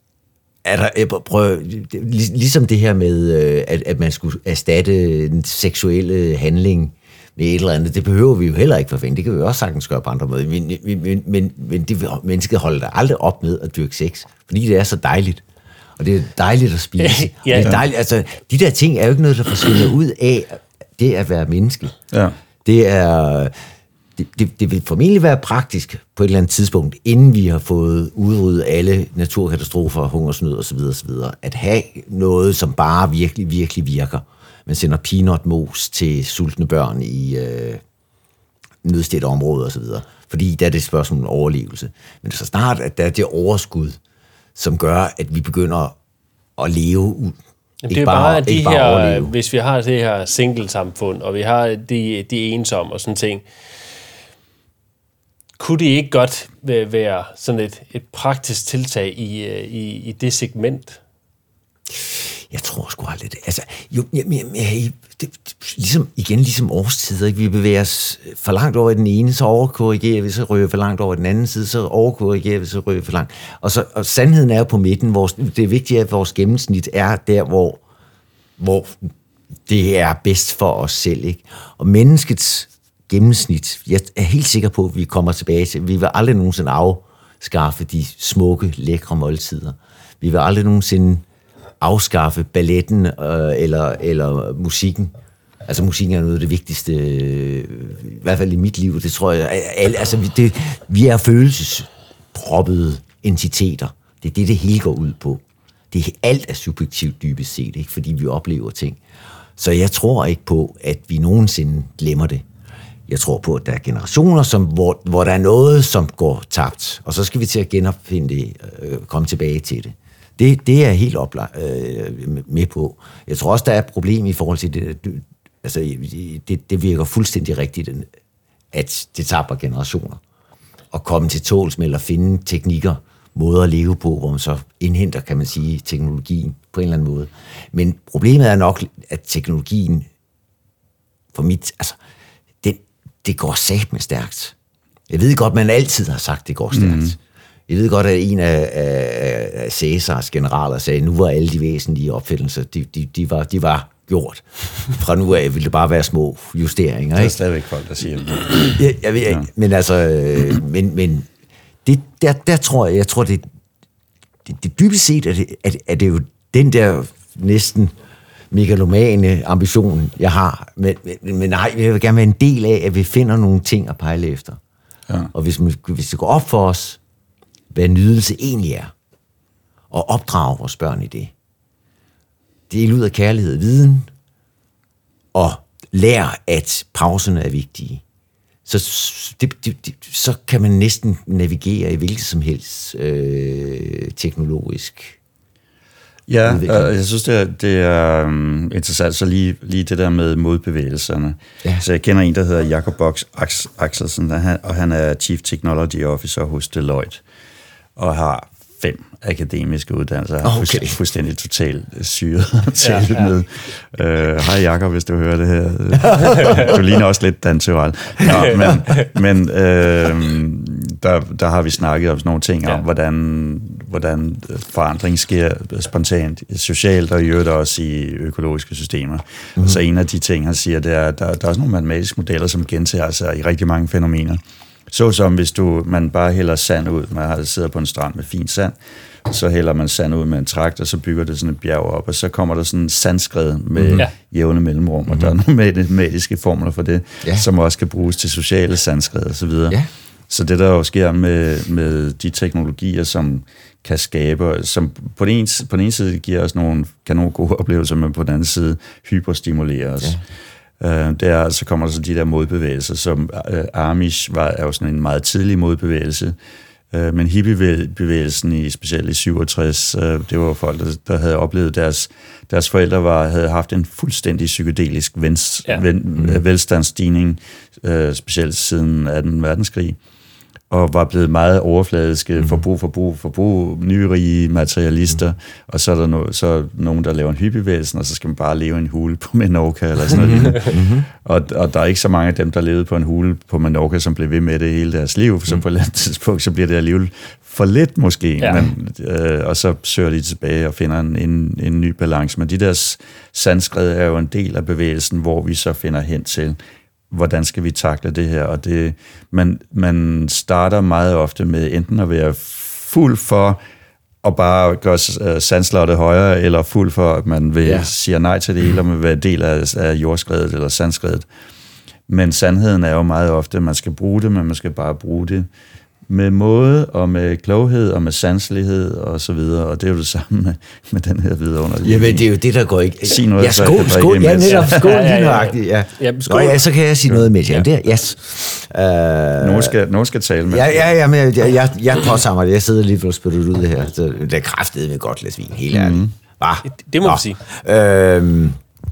er der, prøv, ligesom det her med, at, at man skulle erstatte den seksuelle handling med et eller andet, det behøver vi jo heller ikke forvente. Det kan vi jo også sagtens gøre på andre måder. Men, men, men, men det, mennesket holder der aldrig op med at dyrke sex, fordi det er så dejligt. Og det er dejligt at spise. Ja, det er dejligt, altså, de der ting er jo ikke noget, der forsvinder ud af det at være menneske. Ja. Det er... Det, det, det vil formentlig være praktisk på et eller andet tidspunkt, inden vi har fået udryddet alle naturkatastrofer, hungersnød osv., osv., at have noget, som bare virkelig, virkelig virker. Man sender peanutmos til sultne børn i øh, nødstedte områder osv., fordi der er det et spørgsmål om overlevelse. Men det er så snart, at der er det overskud, som gør, at vi begynder at leve ud. Jamen, det er bare, bare de her, bare hvis vi har det her single-samfund, og vi har de, de ensomme og sådan ting, kunne det ikke godt være sådan et, et praktisk tiltag i, i, i det segment? Jeg tror sgu aldrig det. Altså, jo, jeg, jeg, jeg, det, ligesom, igen ligesom årstider, ikke? Vi bevæger os for langt over i den ene, så overkorrigerer vi, så ryger for langt over i den anden side, så overkorrigerer vi, så ryger for langt. Og, så, og sandheden er jo på midten. Vores, det vigtige er, at vores gennemsnit er der, hvor, hvor det er bedst for os selv, ikke? Og menneskets gennemsnit, jeg er helt sikker på, at vi kommer tilbage til, vi vil aldrig nogensinde afskaffe de smukke, lækre måltider. Vi vil aldrig nogensinde afskaffe balletten øh, eller, eller musikken. Altså musikken er noget af det vigtigste, øh, i hvert fald i mit liv, det tror jeg. Al, altså, vi, det, vi er følelsesproppede entiteter. Det er det, det hele går ud på. Det er, alt er subjektivt dybest set, ikke? Fordi vi oplever ting. Så jeg tror ikke på, at vi nogensinde glemmer det. Jeg tror på, at der er generationer, som, hvor, hvor der er noget, som går tabt, og så skal vi til at genopfinde det, øh, komme tilbage til det. Det, det er jeg helt oplagt, øh, med på. Jeg tror også, der er et problem i forhold til det. Altså, det, det virker fuldstændig rigtigt, at det taber generationer. Og komme til tåls med at finde teknikker, måder at leve på, hvor man så indhenter, kan man sige, teknologien på en eller anden måde. Men problemet er nok, at teknologien, for mit, altså, det, det går satme stærkt. Jeg ved godt, man altid har sagt, det går stærkt. Mm. Jeg ved godt, at en af, af, af Cæsars generaler sagde, nu var alle de væsentlige opfindelser, de, de, de, var, de var gjort. Fra nu af ville det bare være små justeringer. Det er stadigvæk folk, der siger det. Jeg, jeg ved ikke, ja. men altså, øh, men, men det, der, der tror jeg, jeg tror, det, det, det dybest set, er det, at, at det er jo den der næsten megalomane ambition, jeg har. Men, men, men nej, jeg vil gerne være en del af, at vi finder nogle ting at pejle efter. Ja. Og hvis, man, hvis det går op for os, hvad nydelse egentlig er, og opdrage vores børn i det. Det er ud af kærlighed og viden, og lær, at pauserne er vigtige. Så, det, det, det, så kan man næsten navigere i hvilket som helst øh, teknologisk Ja, øh, jeg synes, det er, det er um, interessant, så lige, lige det der med modbevægelserne. Ja. Så jeg kender en, der hedder Jakob Box Axelsen, og han er Chief Technology Officer hos Deloitte, og har fem akademiske uddannelser. Han er okay. fuldstændig totalt syret til ja, ja. med. Uh, hej Jakob, hvis du hører det her. Du ligner også lidt Dan Tyrell. Nå, men men uh, der, der har vi snakket om sådan nogle ting, ja. om hvordan, hvordan forandring sker spontant, socialt og i øvrigt også i økologiske systemer. Mm-hmm. Så en af de ting, han siger, det er, at der, der er også nogle matematiske modeller, som gentager sig i rigtig mange fænomener. Så som hvis du, man bare hælder sand ud, man har siddet på en strand med fin sand, så hælder man sand ud med en traktor, så bygger det sådan et bjerg op, og så kommer der sådan en sandskred med mm-hmm. jævne mellemrum, mm-hmm. og der er nogle matematiske formler for det, ja. som også kan bruges til sociale sandskred og så videre. Ja. Så det der jo sker med, med de teknologier, som kan skabe, som på den ene, på den ene side giver os nogle kanon gode oplevelser, men på den anden side hyperstimulerer os. Ja. Uh, der så kommer der så de der modbevægelser, som uh, Amish var er jo sådan en meget tidlig modbevægelse, uh, men hippiebevægelsen i specielt i syvogtres, uh, det var folk, der, der havde oplevet deres deres forældre var havde haft en fuldstændig psykedelisk vens, ja. ven, mm. velstandsstigning, uh, specielt siden anden verdenskrig, og var blevet meget overfladiske, mm. forbrug, forbrug, forbrug, nyrige materialister, mm. og så er der no, så nogen, der laver en hyppiebevægelsen, og så skal man bare leve i en hule på Menorca, eller sådan noget. mm-hmm. og, og der er ikke så mange af dem, der levede på en hule på Menorca, som blev ved med det hele deres liv, så mm. på et eller andet tidspunkt, så bliver det alligevel for lidt måske, ja. men, øh, og så søger de tilbage og finder en, en, en ny balance. Men de der sandskred er jo en del af bevægelsen, hvor vi så finder hen til, hvordan skal vi takle det her, og det, man, man starter meget ofte med enten at være fuld for at bare gøre sandslottet højere, eller fuld for, at man vil, ja. siger nej til det hele, og man vil være del af, af jordskredet eller sandskredet. Men sandheden er jo meget ofte, at man skal bruge det, men man skal bare bruge det med måde, og med kloghed, og med sanselighed, og så videre, og det er jo det samme med, med den her vidunderlige. Jamen, det er jo det, der går ikke... Sig noget, ja, skål, så skål, ja, netop, skål, ja, ja, ja. lige ja. ja, Nå, ja, så kan jeg sige noget med det. Ja, det er, yes. Uh, nogen, skal, nogen skal tale med. Ja, ja, ja, men jeg, jeg, jeg påtager mig det. Jeg sidder lige og spytter ud det her. Så det er kraftedeme med godt glas vin, helt ærligt. Mm. Ah, det, det må man sige. Øh,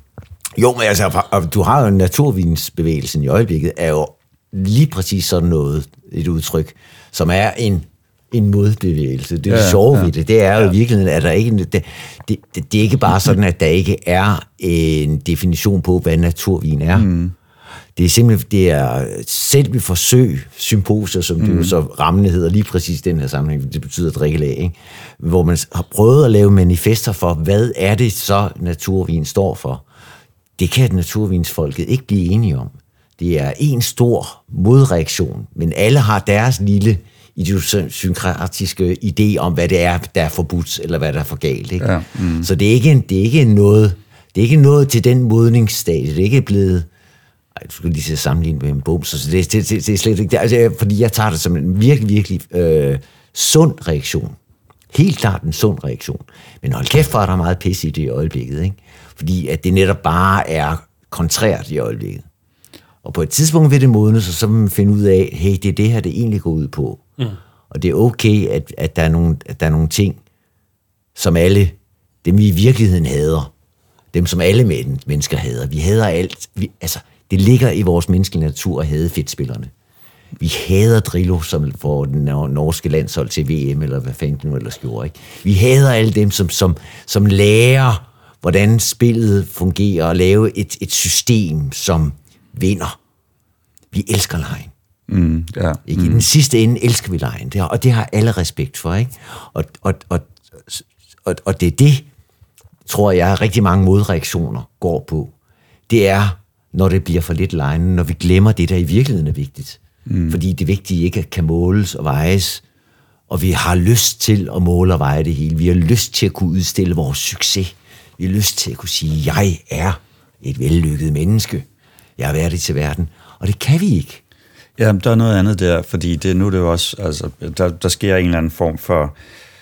jo, men altså, du har jo en naturvinsbevægelsen i øjeblikket, er jo lige præcis sådan noget, et udtryk, som er en, en modbevægelse. Det er ja, sjove ja. ved det. Det er jo ja. i virkeligheden, at der ikke... Det, det, det er ikke bare sådan, at der ikke er en definition på, hvad naturvin er. Mm. Det er simpelthen, det er selv forsøg, symposier, som mm. det jo så rammende hedder, lige præcis den her sammenhæng, det betyder drikkelag, ikke? Hvor man har prøvet at lave manifester for, hvad er det så, naturvin står for. Det kan naturvinsfolket ikke blive enige om. Det er en stor modreaktion, men alle har deres lille idiosynkratiske idé om, hvad det er, der er forbudt, eller hvad der er for galt. Ikke? Ja, mm. Så det er, ikke, det, er ikke noget, det er ikke noget til den modningsstadie. Det er ikke blevet... Ej, du skal lige se sammenligne med en bum, så det, det, det, det er slet ikke... Det, altså, fordi jeg tager det som en virkelig, virkelig øh, sund reaktion. Helt klart en sund reaktion. Men hold kæft, for er der meget pis i det i øjeblikket. Ikke? Fordi at det netop bare er kontrært i øjeblikket. Og på et tidspunkt vil det modnes, og så vil man finde ud af, hey, det er det her, det egentlig går ud på. Mm. Og det er okay, at, at, der er nogle, at der er nogle ting, som alle, dem vi i virkeligheden hader, dem som alle mennesker hader. Vi hader alt. Vi, altså, det ligger i vores menneskelige natur at hade fedtspillerne. Vi hader Drillo, som får den norske landshold til V M, eller hvad fanden nu ellers gjorde. Ikke? Vi hader alle dem, som, som, som lærer, hvordan spillet fungerer, og lave et, et system, som vinder. Vi elsker legen. Mm, ja. Ikke? I den sidste ende elsker vi legen, det, og det har alle respekt for. Ikke? Og, og, og, og, og det er det, tror jeg, rigtig mange modreaktioner går på. Det er, når det bliver for lidt legen, når vi glemmer det, der i virkeligheden er vigtigt. Mm. Fordi det vigtige ikke kan måles og vejes, og vi har lyst til at måle og veje det hele. Vi har lyst til at kunne udstille vores succes. Vi har lyst til at kunne sige, jeg er et vellykket menneske. Jeg er værdig til verden. Og det kan vi ikke. Ja, der er noget andet der, fordi det, nu er det jo også, altså, der, der sker en eller anden form for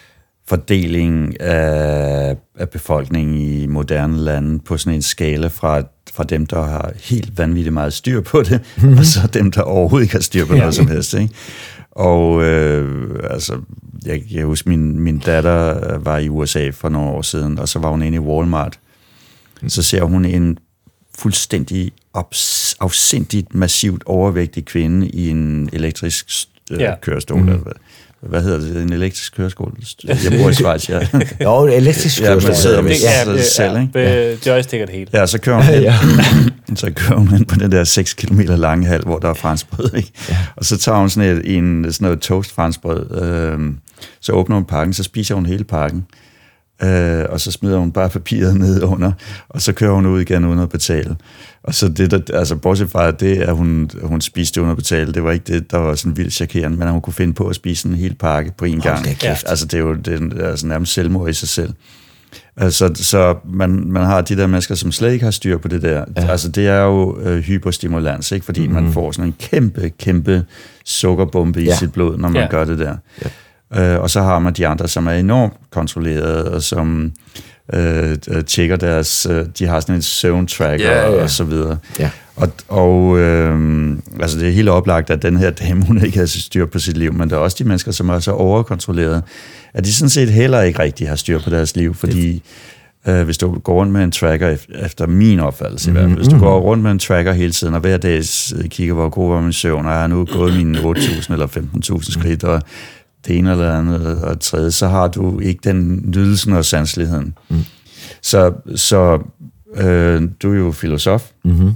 fordeling af, af befolkningen i moderne lande på sådan en skala fra, fra dem, der har helt vanvittigt meget styr på det, mm-hmm. og så dem, der overhovedet ikke har styr på ja. noget som helst. Ikke? Og øh, altså, jeg, jeg husker, min, min datter var i U S A for nogle år siden, og så var hun inde i Walmart. Så ser hun en fuldstændig abs- afsindigt massivt overvægtig kvinde i en elektrisk øh, ja. kørestol. Mm. Hvad hedder det? En elektrisk kørestol? Jeg bor i Schweiz, ja. Jo, elektrisk kørestol. Ja, man sidder med ja, sig selv, ikke? Ja, joystick og det hele. Ja, så kører hun ja. så kører hun ind på den der seks kilometer lange hal, hvor der er franskbrød, ikke? Ja. Og så tager hun sådan, et, en, sådan noget toast franskbrød, øh, så åbner hun pakken, så spiser hun hele pakken, øh, og så smider hun bare papiret ned under, og så kører hun ud igen uden at betale. Og så det der, altså bortset fra det, at hun, hun spiste uden at betale, det var ikke det, der var sådan vildt chokerende, men at hun kunne finde på at spise en hel pakke på en gang. Ja. Altså det er jo det er altså nærmest selvmord i sig selv. Altså, så man, man har de der mennesker, som slet ikke har styr på det der. Ja. Altså det er jo øh, hyperstimulans, ikke? Fordi mm-hmm. man får sådan en kæmpe, kæmpe sukkerbombe i ja. sit blod, når man ja. gør det der. Ja. Øh, og så har man de andre, som er enormt kontrolleret, og som øh, tjekker deres, øh, de har sådan en søvntracker ja, ja. og så videre. Ja. Og, og øh, altså det er helt oplagt, at den her dame, hun ikke har styr på sit liv, men der er også de mennesker, som er så overkontrolleret, at de sådan set heller ikke rigtig har styr på deres liv, fordi øh, hvis du går rundt med en tracker, efter min opfattelse i hvert fald, hvis du går rundt med en tracker hele tiden, og hver dag kigger, hvor god var min søvn, og jeg har nu gået mine otte tusind eller femten tusind skridt, og det ene eller andet og tredje, så har du ikke den nydelsen og sanseligheden. Mm. Så, så øh, du er jo filosof, mm-hmm.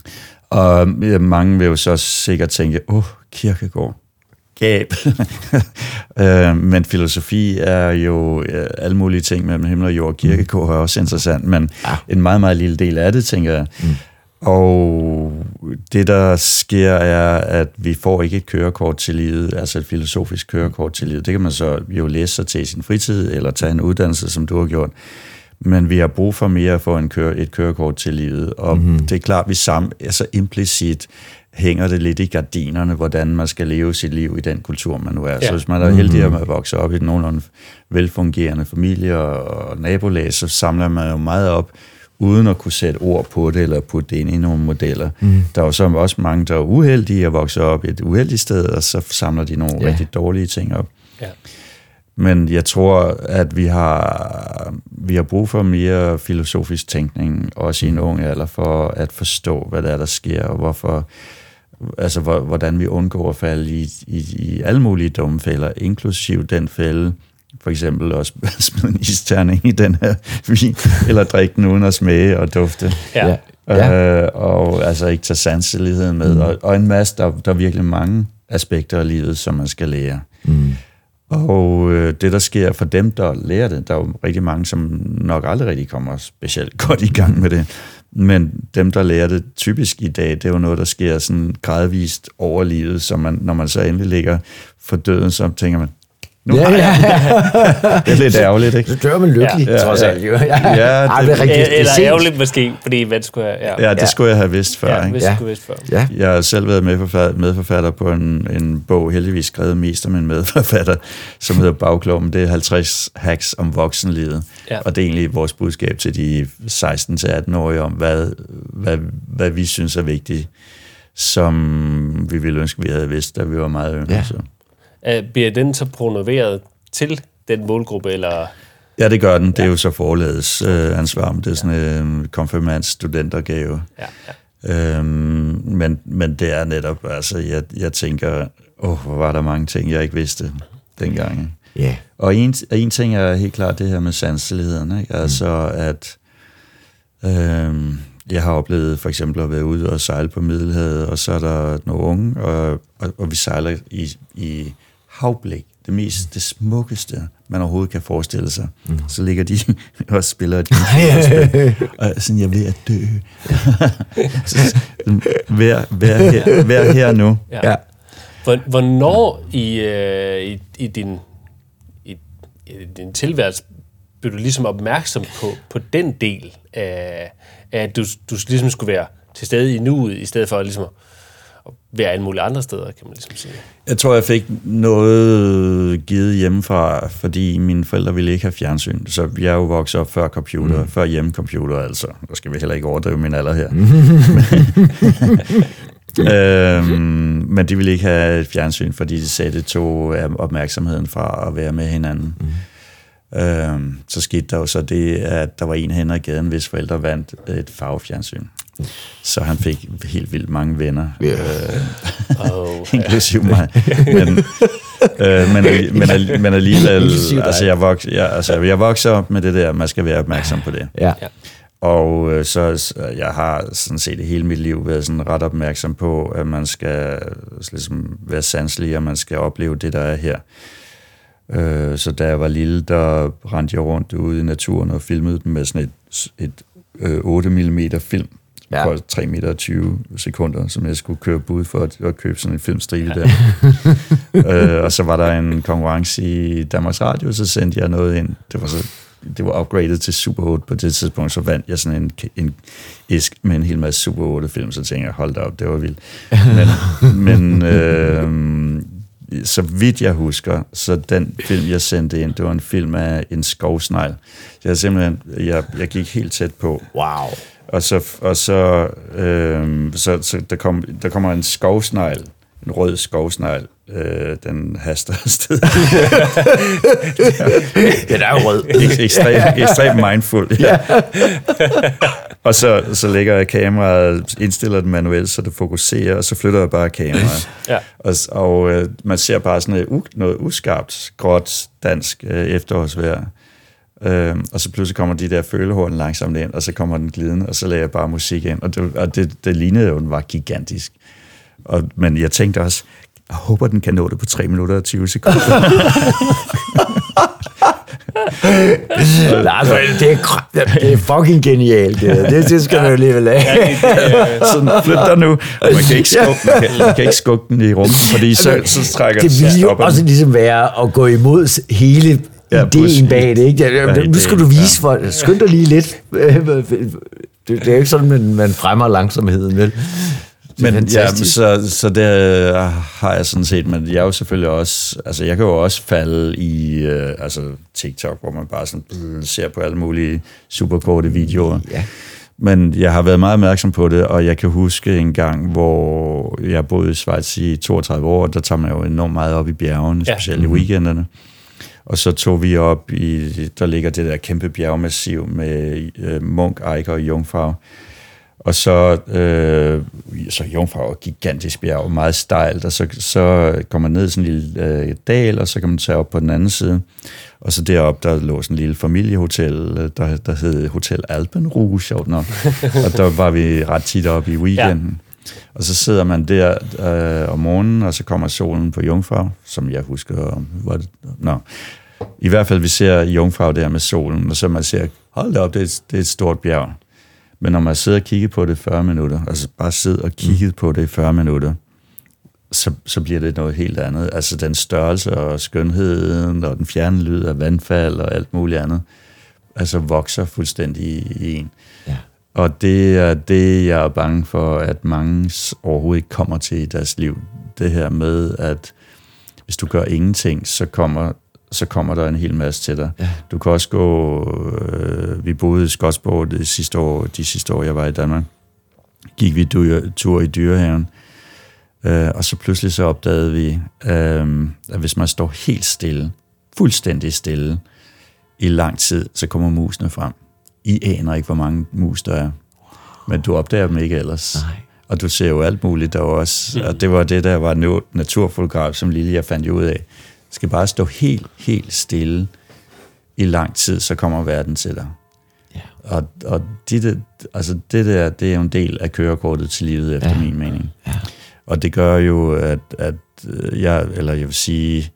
og mange vil jo så sikkert tænke, åh, oh, Kierkegaard, gab. øh, men filosofi er jo øh, alle mulige ting mellem himmel og jord. Kierkegaard er også interessant, men ja. en meget, meget lille del af det, tænker jeg. Mm. Og det, der sker, er, at vi får ikke et kørekort til livet, altså et filosofisk kørekort til livet. Det kan man så jo læse sig til i sin fritid, eller tage en uddannelse, som du har gjort. Men vi har brug for mere at få en køre, et kørekort til livet. Og mm-hmm. det er klart, vi sammen, altså implicit hænger det lidt i gardinerne, hvordan man skal leve sit liv i den kultur, man nu er. Ja. Så hvis man er heldig at vokse op i nogenlunde velfungerende familie og nabolag, så samler man jo meget op, uden at kunne sætte ord på det, eller putte det ind i nogle modeller. Mm. Der er jo så også mange, der er uheldige at vokse op i et uheldigt sted, og så samler de nogle ja. rigtig dårlige ting op. Ja. Men jeg tror, at vi har, vi har brug for mere filosofisk tænkning, også i en ung alder, for at forstå, hvad der er, der sker, og hvorfor, altså, hvordan vi undgår at falde i, i, i alle mulige dumme fælder, inklusiv den fælde, for eksempel også smide en isterning i den her vin, eller drikke den uden at smage og dufte. Ja. Ja. Øh, og altså ikke tage sanseligheden med. Mm. Og, og en masse, der, der er virkelig mange aspekter af livet, som man skal lære. Mm. Og øh, det, der sker for dem, der lærer det, der er jo rigtig mange, som nok aldrig rigtig kommer specielt godt i gang med det. Men dem, der lærer det typisk i dag, det er jo noget, der sker sådan gradvist over livet, så man, når man så endelig ligger for døden, så tænker man, nu ja, ja. Det er lidt ærgerligt, ikke? Så dør man lykkelig, ja. trods alt. Ja, ja. Ja, det, det er rigtig, eller ærgerligt måske, fordi hvad skulle jeg... Ja, ja det ja. skulle jeg have vidst før. Ja, ikke? Ja. Skulle vidst før. Ja. Jeg har selv været medforfatter, medforfatter på en, en bog, heldigvis skrevet mest om en medforfatter, som hedder Bagklummen. Det er halvtreds hacks om voksenlivet. Ja. Og det er egentlig vores budskab til de seksten til atten-årige om, hvad, hvad, hvad vi synes er vigtigt som vi ville ønske, vi havde vidst, da vi var meget yngre. Ja. Så. Uh, bliver den så promoveret til den målgruppe, eller... Ja, det gør den. Det er jo så forlagets øh, ansvar, men det er sådan en konfirmands studentergave. Ja, ja. Øhm, men, men det er netop, altså, jeg, jeg tænker, åh, hvor var der mange ting, jeg ikke vidste dengang. Ja. Yeah. Og en, en ting er helt klart det her med sanseligheden, ikke? Altså, mm. at øhm, jeg har oplevet for eksempel at være ude og sejle på Middelhavet, og så er der nogle unge, og, og, og vi sejler i, i havblik. Det mest, det smukkeste, man overhovedet kan forestille sig. Mm. Så ligger de og spiller et og sådan, jeg vil at dø. vær, vær, her, vær her nu. Ja. Hvornår i, øh, i, i, din, i, i din tilværelse blev du ligesom opmærksom på, på den del af, at du, du ligesom skulle være til stede i nuet, i stedet for ligesom at være alle mulige andre steder, kan man ligesom sige? Jeg tror, jeg fik noget givet hjemmefra, fordi mine forældre ville ikke have fjernsyn. Så jeg er jo vokset op før computer, mm. før hjemmecomputer, altså. Der skal vi heller ikke overdrive min alder her. øhm, men de ville ikke have et fjernsyn, fordi de sagde, det tog opmærksomheden fra at være med hinanden. Mm. Øhm, så skete der jo så det, at der var en hen ad gaden, hvis forældre vandt et farvefjernsyn. Så han fik helt vildt mange venner, yeah. øh, oh, inklusive mig. Men, øh, men, men, men alligevel, altså jeg, voks, jeg, altså jeg vokser op med det der, man skal være opmærksom på det. Ja. Og øh, så, så jeg har sådan set hele mit liv været sådan ret opmærksom på, at man skal ligesom være sanselig, og man skal opleve det, der er her. Øh, så da jeg var lille, der rendte jeg rundt ude i naturen og filmede dem med sådan et, et øh, otte millimeter film. Ja. På tre meter og tyve sekunder, som jeg skulle køre bud for at, at købe sådan en filmstribe der. øh, og så var der en konkurrence i Danmarks Radio, så sendte jeg noget ind. Det var, så, det var upgraded til Super otte på det tidspunkt, så vandt jeg sådan en, en æsk med en hel masse Super otte-film, så tænkte jeg, hold da op, det var vildt. Men, men øh, så vidt jeg husker, så den film, jeg sendte ind, det var en film af en skovsnegl. Jeg simpelthen, jeg, jeg gik helt tæt på. Wow. Og så, og så, øh, så, så der, kom, der kommer en skovsnegl, en rød skovsnegl, øh, den haster afsted. Den er jo rød. Ekstremt ekstrem mindful, ja. Og så, så lægger jeg kameraet, indstiller den manuelt, så det fokuserer, og så flytter jeg bare kameraet. Ja. Og, og øh, man ser bare sådan noget, noget uskarpt, gråt, dansk øh, efterårsvejr. Øhm, og så pludselig kommer de der følehorn langsomt ind, og så kommer den glidende, og så lagde jeg bare musik ind, og det, og det, det lignede jo, den var gigantisk. Og, men jeg tænkte også, jeg håber, den kan nå det på tre minutter og tyve sekunder. Nej, det er, det er fucking genialt. Det, det, det skal ja. man jo alligevel af. Sådan, flyt dig nu. Og man kan ikke skubbe, man kan, man kan ikke skubbe den i rummet, fordi så, så trækker det ville jo også ligesom være at gå imod hele ja, ideen bag det, ikke? Ja, nu skal du vise for... Ja. Skynd dig lige lidt. Det, det er jo ikke sådan, man, man fremmer langsomheden, vel? Men ja, så, så det har jeg sådan set, men jeg er jo selvfølgelig også, altså jeg kan jo også falde i øh, altså TikTok, hvor man bare sådan øh, ser på alle mulige superkorte videoer. Ja. Men jeg har været meget opmærksom på det, og jeg kan huske en gang, hvor jeg boede i Schweiz i toogtredive år, der tager man jo enormt meget op i bjergene, ja. Specielt i weekenderne. Og så tog vi op i, der ligger det der kæmpe bjergmassiv med øh, Munk, Eiker og Jungfrau. Og så, øh, så Jungfrau er et gigantisk bjerg, meget stejlt, og så, så går man ned i sådan en lille øh, dal, og så kan man tage op på den anden side. Og så deroppe, der lå sådan en lille familiehotel, der, der hed Hotel Alpenruhe, sjovt nok. Og der var vi ret tit op i weekenden. Ja. Og så sidder man der øh, om morgenen, og så kommer solen på Jungfrau, som jeg husker. Var det, no. I hvert fald, vi ser Jungfrau der med solen, og så man ser, hold da op, det er, det er et stort bjerg. Men når man sidder og kigger på det i fyrre minutter, altså bare sidder og kigger mm. på det i fyrre minutter, så, så bliver det noget helt andet. Altså den størrelse og skønheden og den fjerne lyd af vandfald og alt muligt andet, altså vokser fuldstændig i, i en. Ja. Og det er det, jeg er bange for, at mange overhovedet ikke kommer til i deres liv. Det her med, at hvis du gør ingenting, så kommer... så kommer der en hel masse til dig. Ja. Du kan også gå... Øh, vi boede i Skodsborg det sidste år, de sidste år, jeg var i Danmark. Gik vi dyre, tur i Dyrehaven. Øh, og så pludselig så opdagede vi, øh, at hvis man står helt stille, fuldstændig stille, i lang tid, så kommer musene frem. I aner ikke, hvor mange mus der er. Men du opdager dem ikke ellers. Nej. Og du ser jo alt muligt der også. Og det var det, der var naturfotograf, som Lille jeg fandt ud af. Du skal bare stå helt, helt stille i lang tid, så kommer verden til dig. Ja. Og, og det, altså det der, det er jo en del af kørekortet til livet, efter ja. min mening. Ja. Og det gør jo, at, at jeg, eller jeg vil sige,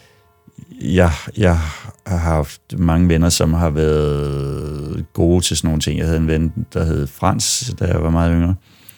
jeg, jeg har haft mange venner, som har været gode til sådan nogle ting. Jeg havde en ven, der hed Frans, da jeg var meget yngre,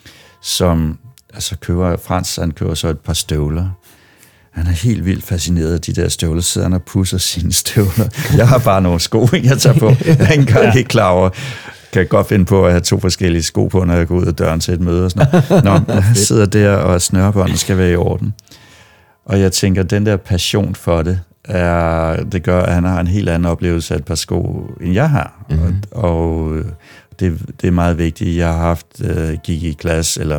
som altså køber, Frans, han køber så et par støvler. Han er helt vildt fascineret af de der støvler, så han og pusser sine støvler. Jeg har bare nogle sko, jeg tager på. Jeg er ikke engang helt klar over, kan godt finde på at have to forskellige sko på, når jeg går ud af døren til et møde og sådan noget. Nå, han sidder der, og snørebåndet skal være i orden. Og jeg tænker, den der passion for det, er, det gør, at han har en helt anden oplevelse af et par sko, end jeg har. Mm-hmm. Og, og det, det er meget vigtigt. Jeg har haft, øh, gik i klasse, eller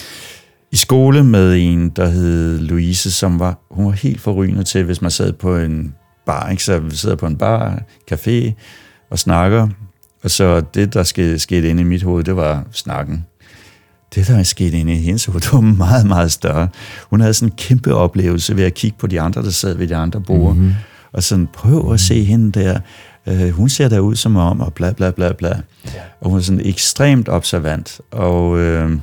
i skole med en, der hed Louise, som var, hun var helt forrygende til, hvis man sad på en bar, ikke? Så vi sidder på en bar, café og snakker, og så det, der skete, skete inde i mit hoved, det var snakken. Det, der er sket inde i hendes hoved, det var meget, meget større. Hun havde sådan en kæmpe oplevelse ved at kigge på de andre, der sad ved de andre borde, mm-hmm. og sådan prøv at se hende der. Uh, hun ser der ud som om, og bla bla bla bla. Ja. Og hun er sådan ekstremt observant, og øh,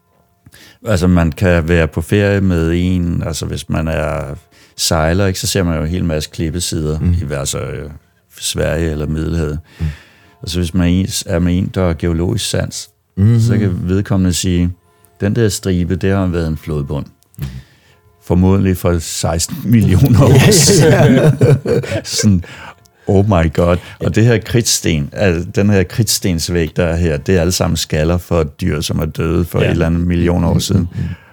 altså man kan være på ferie med en, altså hvis man er sejler, ikke, så ser man jo en hel masse klippesider mm. i hver så øh, Sverige eller Middelhavet. Mm. Altså hvis man er med en, der er geologisk sans, mm-hmm. så kan vedkommende sige, den der stribe, det har været en flodbund. Mm. Formodentlig for seksten millioner år siden. Sådan, oh my god. Og det her kridtsten, altså den her kridtstensvæg, der er her, det er alle sammen skaller for et dyr, som er døde for ja. et eller andet million år siden.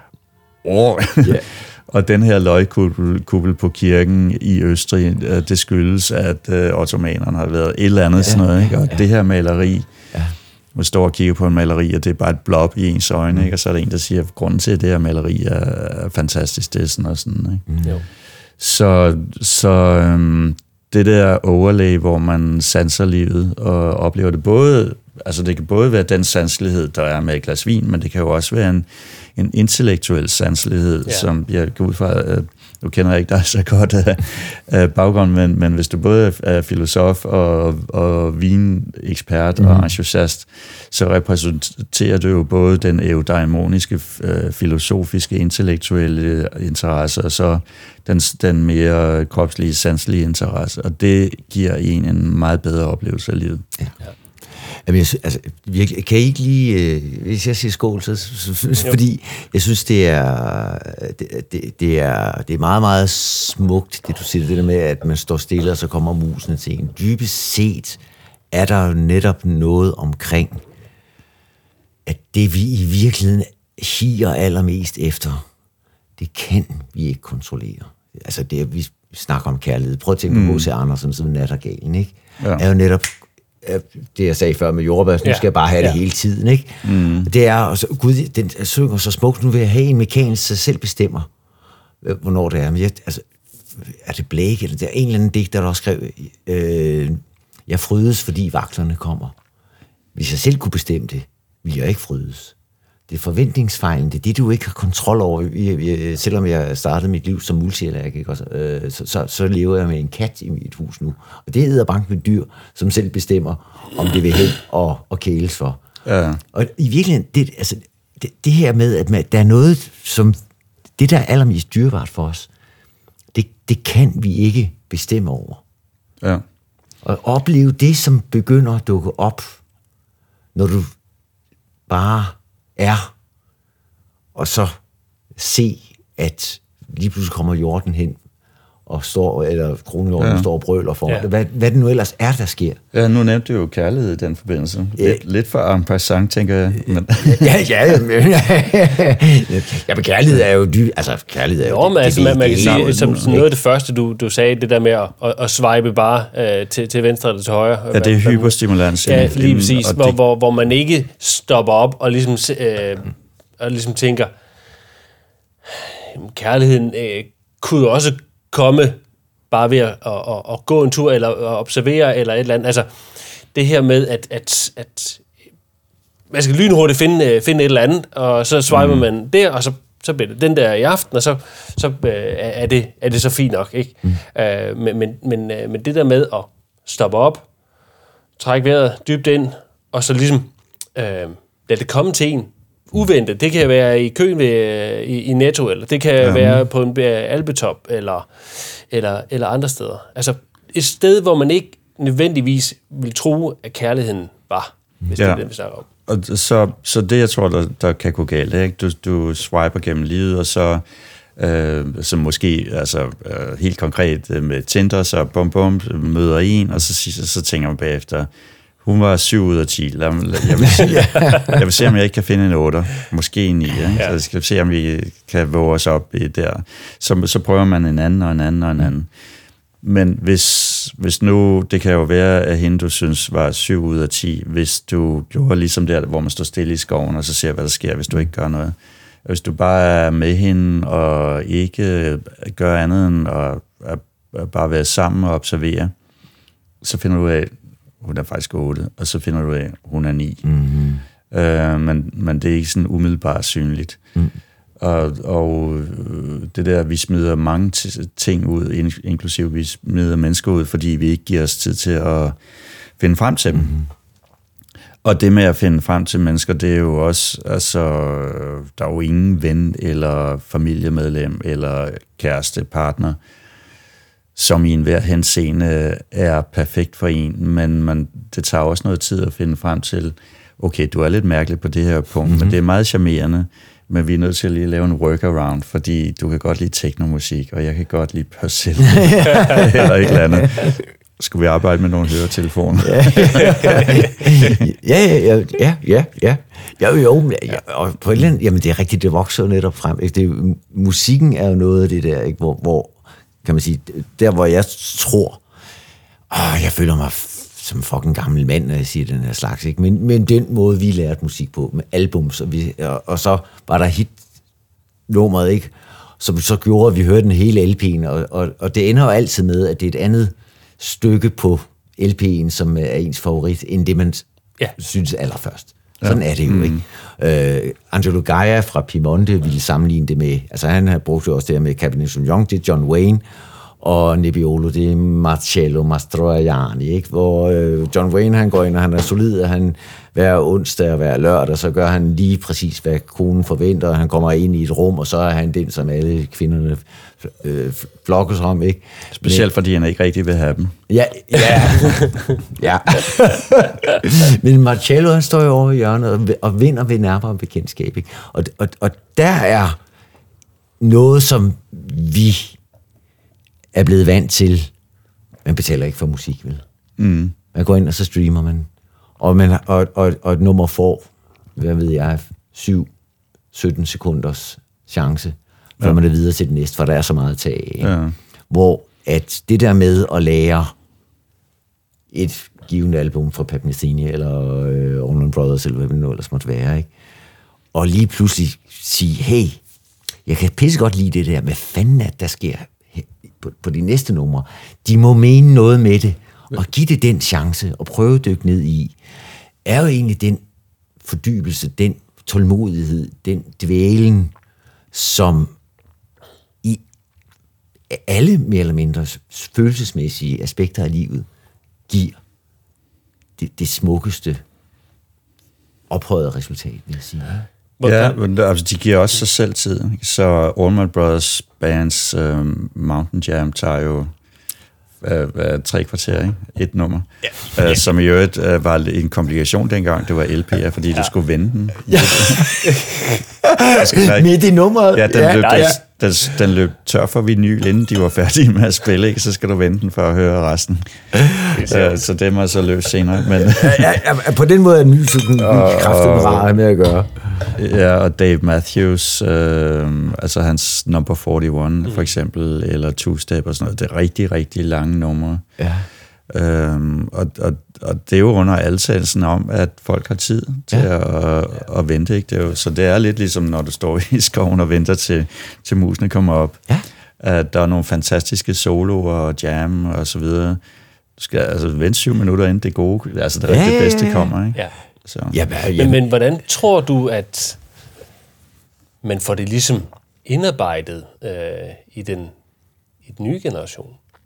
Oh. Yeah. Og den her løgkuppel på kirken i Østrig, det skyldes, at uh, ottomanerne har været et eller andet ja. sådan noget. Ikke? Og ja. det her maleri, ja. man står og kigger på en maleri, og det er bare et blob i ens øjne, ikke? Og så er der en, der siger, at grunden til, at det her maleri er fantastisk, det er sådan og sådan. Ikke? Mm. Så, så øhm, det der overlay, hvor man sanser livet og oplever det både, altså det kan både være den sanselighed, der er med et glas vin, men det kan jo også være en, en intellektuel sanselighed, ja. som jeg går ud fra, at nu kender jeg ikke dig så godt af, af baggrund, men, men hvis du både er filosof og, og vinekspert mm. og entusiast, så repræsenterer du jo både den eudaimoniske, øh, filosofiske, intellektuelle interesse, og så den, den mere kropslige, sanselige interesse, og det giver en en meget bedre oplevelse af livet. Ja. Jamen, jeg, altså, virkelig, kan I ikke lige, øh, hvis jeg siger skål, så, så, så fordi jeg synes, det er, det, det, det, er, det er meget, meget smukt, det du siger, det der med, at man står stille, og så kommer musene til en. Dybest set er der jo netop noget omkring, at det vi i virkeligheden higer allermest efter, det kan vi ikke kontrollere. Altså, det, vi snakker om kærlighed. Prøv at tænke på H C Andersen, som Nattergalen, ikke? Ja. Er jo netop det, jeg sagde før med jordbær, nu ja. skal jeg bare have det ja. hele tiden, ikke? Mm. Det er, og så, gud, den synger så smukt, nu vil jeg have en mekanisk, der selv bestemmer, hvornår det er. Men jeg, altså, er det Blake, eller der er en eller anden digter, der også skrev, øh, jeg frydes, fordi vagterne kommer. Hvis jeg selv kunne bestemme det, ville jeg ikke frydes. Det er forventningsfejlen, det er det, du ikke har kontrol over. Jeg, jeg, selvom jeg startede mit liv som multiallergiker, øh, så, så, så lever jeg med en kat i mit hus nu. Og det er bank med dyr, som selv bestemmer, om det vil hen og, og kæles for. Ja. Og i virkeligheden, det, altså, det, det her med, at man, der er noget, som det, der er allermest dyrebart for os, det, det kan vi ikke bestemme over. Ja. Og opleve det, som begynder at dukke op, når du bare er, og så se, at lige pludselig kommer jorden hen, og står, eller kronhjorden ja. står og brøler for ja. hvad, hvad det nu ellers er, der sker. Ja, nu nævnte du jo kærlighed i den forbindelse. Lidt, ja. lidt for en passant, tænker jeg. Men. ja, ja, ja, men kærlighed er jo dyb, altså kærlighed er jo... Jo, men altså, man, man kan sige, som noget af det første, du, du sagde, det der med at, at, at swipe bare øh, til, til venstre eller til højre. Ja, det er hyperstimulans. Ja, lige præcis, hvor, det... hvor, hvor man ikke stopper op og ligesom, øh, og ligesom tænker, kærligheden øh, kunne også komme bare ved at, at, at, at gå en tur, eller at observere, eller et eller andet. Altså, det her med, at, at, at man skal lynhurtigt finde, finde et eller andet, og så swiper mm. man der, og så, så bliver det den der i aften, og så, så øh, er, det, er det så fint nok, ikke? Mm. Øh, men, men, men, øh, men det der med at stoppe op, trække vejret dybt ind, og så ligesom øh, lade det komme til en uventet. Det kan være i køen ved, i, i Netto, eller det kan ja. være på en alpetop, eller, eller, eller andre steder. Altså et sted, hvor man ikke nødvendigvis vil tro, at kærligheden var, hvis ja. det er det, vi snakker om. Og så, så det, jeg tror, der, der kan gå galt, ikke? Du, du swiper gennem livet, og så, øh, så måske altså, øh, helt konkret øh, med Tinder, så bum bum, møder en, og så, så, så tænker man bagefter, hun var syv ud af ti. Jeg vil, se, jeg vil se, om jeg ikke kan finde en otter, måske en ni. Ja? Så jeg skal se, om vi kan våge os op i der. Så, så prøver man en anden, og en anden, og en anden. Men hvis, hvis nu, det kan jo være, at hende, du synes, var syv ud af ti, hvis du gjorde ligesom der, hvor man står stille i skoven, og så ser, hvad der sker, hvis du ikke gør noget. Hvis du bare er med hende, og ikke gør andet end at, at, at bare være sammen og observere, så finder du af, hun er faktisk otte, og så finder du af, hun er ni. Mm-hmm. Øh, men, men det er ikke sådan umiddelbart synligt. Mm. Og, og det der, vi smider mange t- ting ud, inklusive vi smider mennesker ud, fordi vi ikke giver os tid til at finde frem til dem. Mm-hmm. Og det med at finde frem til mennesker, det er jo også, altså, der er jo ingen ven, eller familiemedlem, eller kæreste, partner, som i enhver henseende er perfekt for en, men man, det tager også noget tid at finde frem til, okay, du er lidt mærkelig på det her punkt, mm-hmm. men det er meget charmerende, men vi er nødt til at lige lave en workaround, fordi du kan godt lide teknomusik, og jeg kan godt lide Purcell, eller et eller andet. Skulle vi arbejde med nogle høretelefoner? ja, ja, ja, ja, ja, ja. Jo, jo, ja, og på et eller andet, jamen det er rigtigt, det vokser jo netop frem. Ikke? Det, musikken er jo noget af det der, ikke? Hvor, hvor, kan man sige, der hvor jeg tror, åh, jeg føler mig f- som fucking gammel mand, når jeg siger den her slags, ikke? Men, men den måde, vi lærte musik på, med albums, og, vi, og, og så var der hit-nummeret, ikke? Som så gjorde, at vi hørte den hele L P'en, og, og, og det ender jo altid med, at det er et andet stykke på L P'en, som er ens favorit, end det, man ja. synes allerførst. Sådan ja. er det jo, mm. ikke? Uh, Angelo Gaia fra Piemonte ville sammenligne det med, altså han har brugt jo også det her med Cabernet Sauvignon, det er John Wayne, og Nebbiolo, det er Marcello Mastroianni, ikke? Hvor uh, John Wayne, han går ind, og han er solid, og han hver onsdag og hver lørdag, så gør han lige præcis, hvad konen forventer, og han kommer ind i et rum, og så er han den, som alle kvinderne øh, flokkes om, ikke? Specielt Men, fordi han ikke rigtig vil have dem. Ja, ja. ja. Men Marcello, han står jo over i hjørnet og, og vinder ved nærmere bekendtskab, ikke? Og, og, og der er noget, som vi er blevet vant til. Man betaler ikke for musik, vel? Mm. Man går ind, og så streamer man. Og, man, og, og, og et nummer får, hvad ved jeg, syv sytten sekunders chance, før ja. man er videre til det næste, for der er så meget at tage. Ja. Hvor at det der med at lære et givet album fra Pat Metheny, eller øh, Allman Brothers, eller hvad det nu ellers måtte være, ikke? Og lige pludselig sige, hey, jeg kan pisse godt lide det der, hvad fanden er der sker på, på de næste numre? De må mene noget med det, og give det den chance, og prøve at dykke ned i, er jo egentlig den fordybelse, den tålmodighed, den dvælen, som i alle mere eller mindre følelsesmæssige aspekter af livet giver det, det smukkeste ophøjede resultat, vil jeg sige. Ja, men altså, de giver også sig selv tid. Ikke? Så Allman Brothers Bands um, Mountain Jam tager jo uh, tre kvarter, ikke? Et nummer. Ja. Uh, som i øvrigt uh, var en komplikation dengang, det var L P'er, fordi ja. du skulle vende den. Ja. Midt i nummeret. Ja, den, ja, løb, den, den, den løb tør for vinyl, inden de var færdige med at spille, ikke? Så skal du vente den for at høre resten. Ja, så det må så løs senere. Men ja, ja, på den måde er den kraftigt rar med at gøre. Ja, og Dave Matthews, øh, altså hans number enogfyrre mm. for eksempel, eller Two Step og sådan noget, det er rigtig, rigtig lange numre. Ja. Øhm, og, og, og det er jo under antagelsen om, at folk har tid til ja. at, at vente. Ikke? Det er jo, så det er lidt ligesom, når du står i skoven og venter til, til musene kommer op. Ja. At der er nogle fantastiske soloer og jam og så videre. Du skal altså vente syv minutter, inden det gode, altså det, ja, det bedste ja, ja. kommer. Ikke? Ja. Så. Ja, ja. Men, men hvordan tror du, at man får det ligesom indarbejdet øh, i, den, i den nye generation?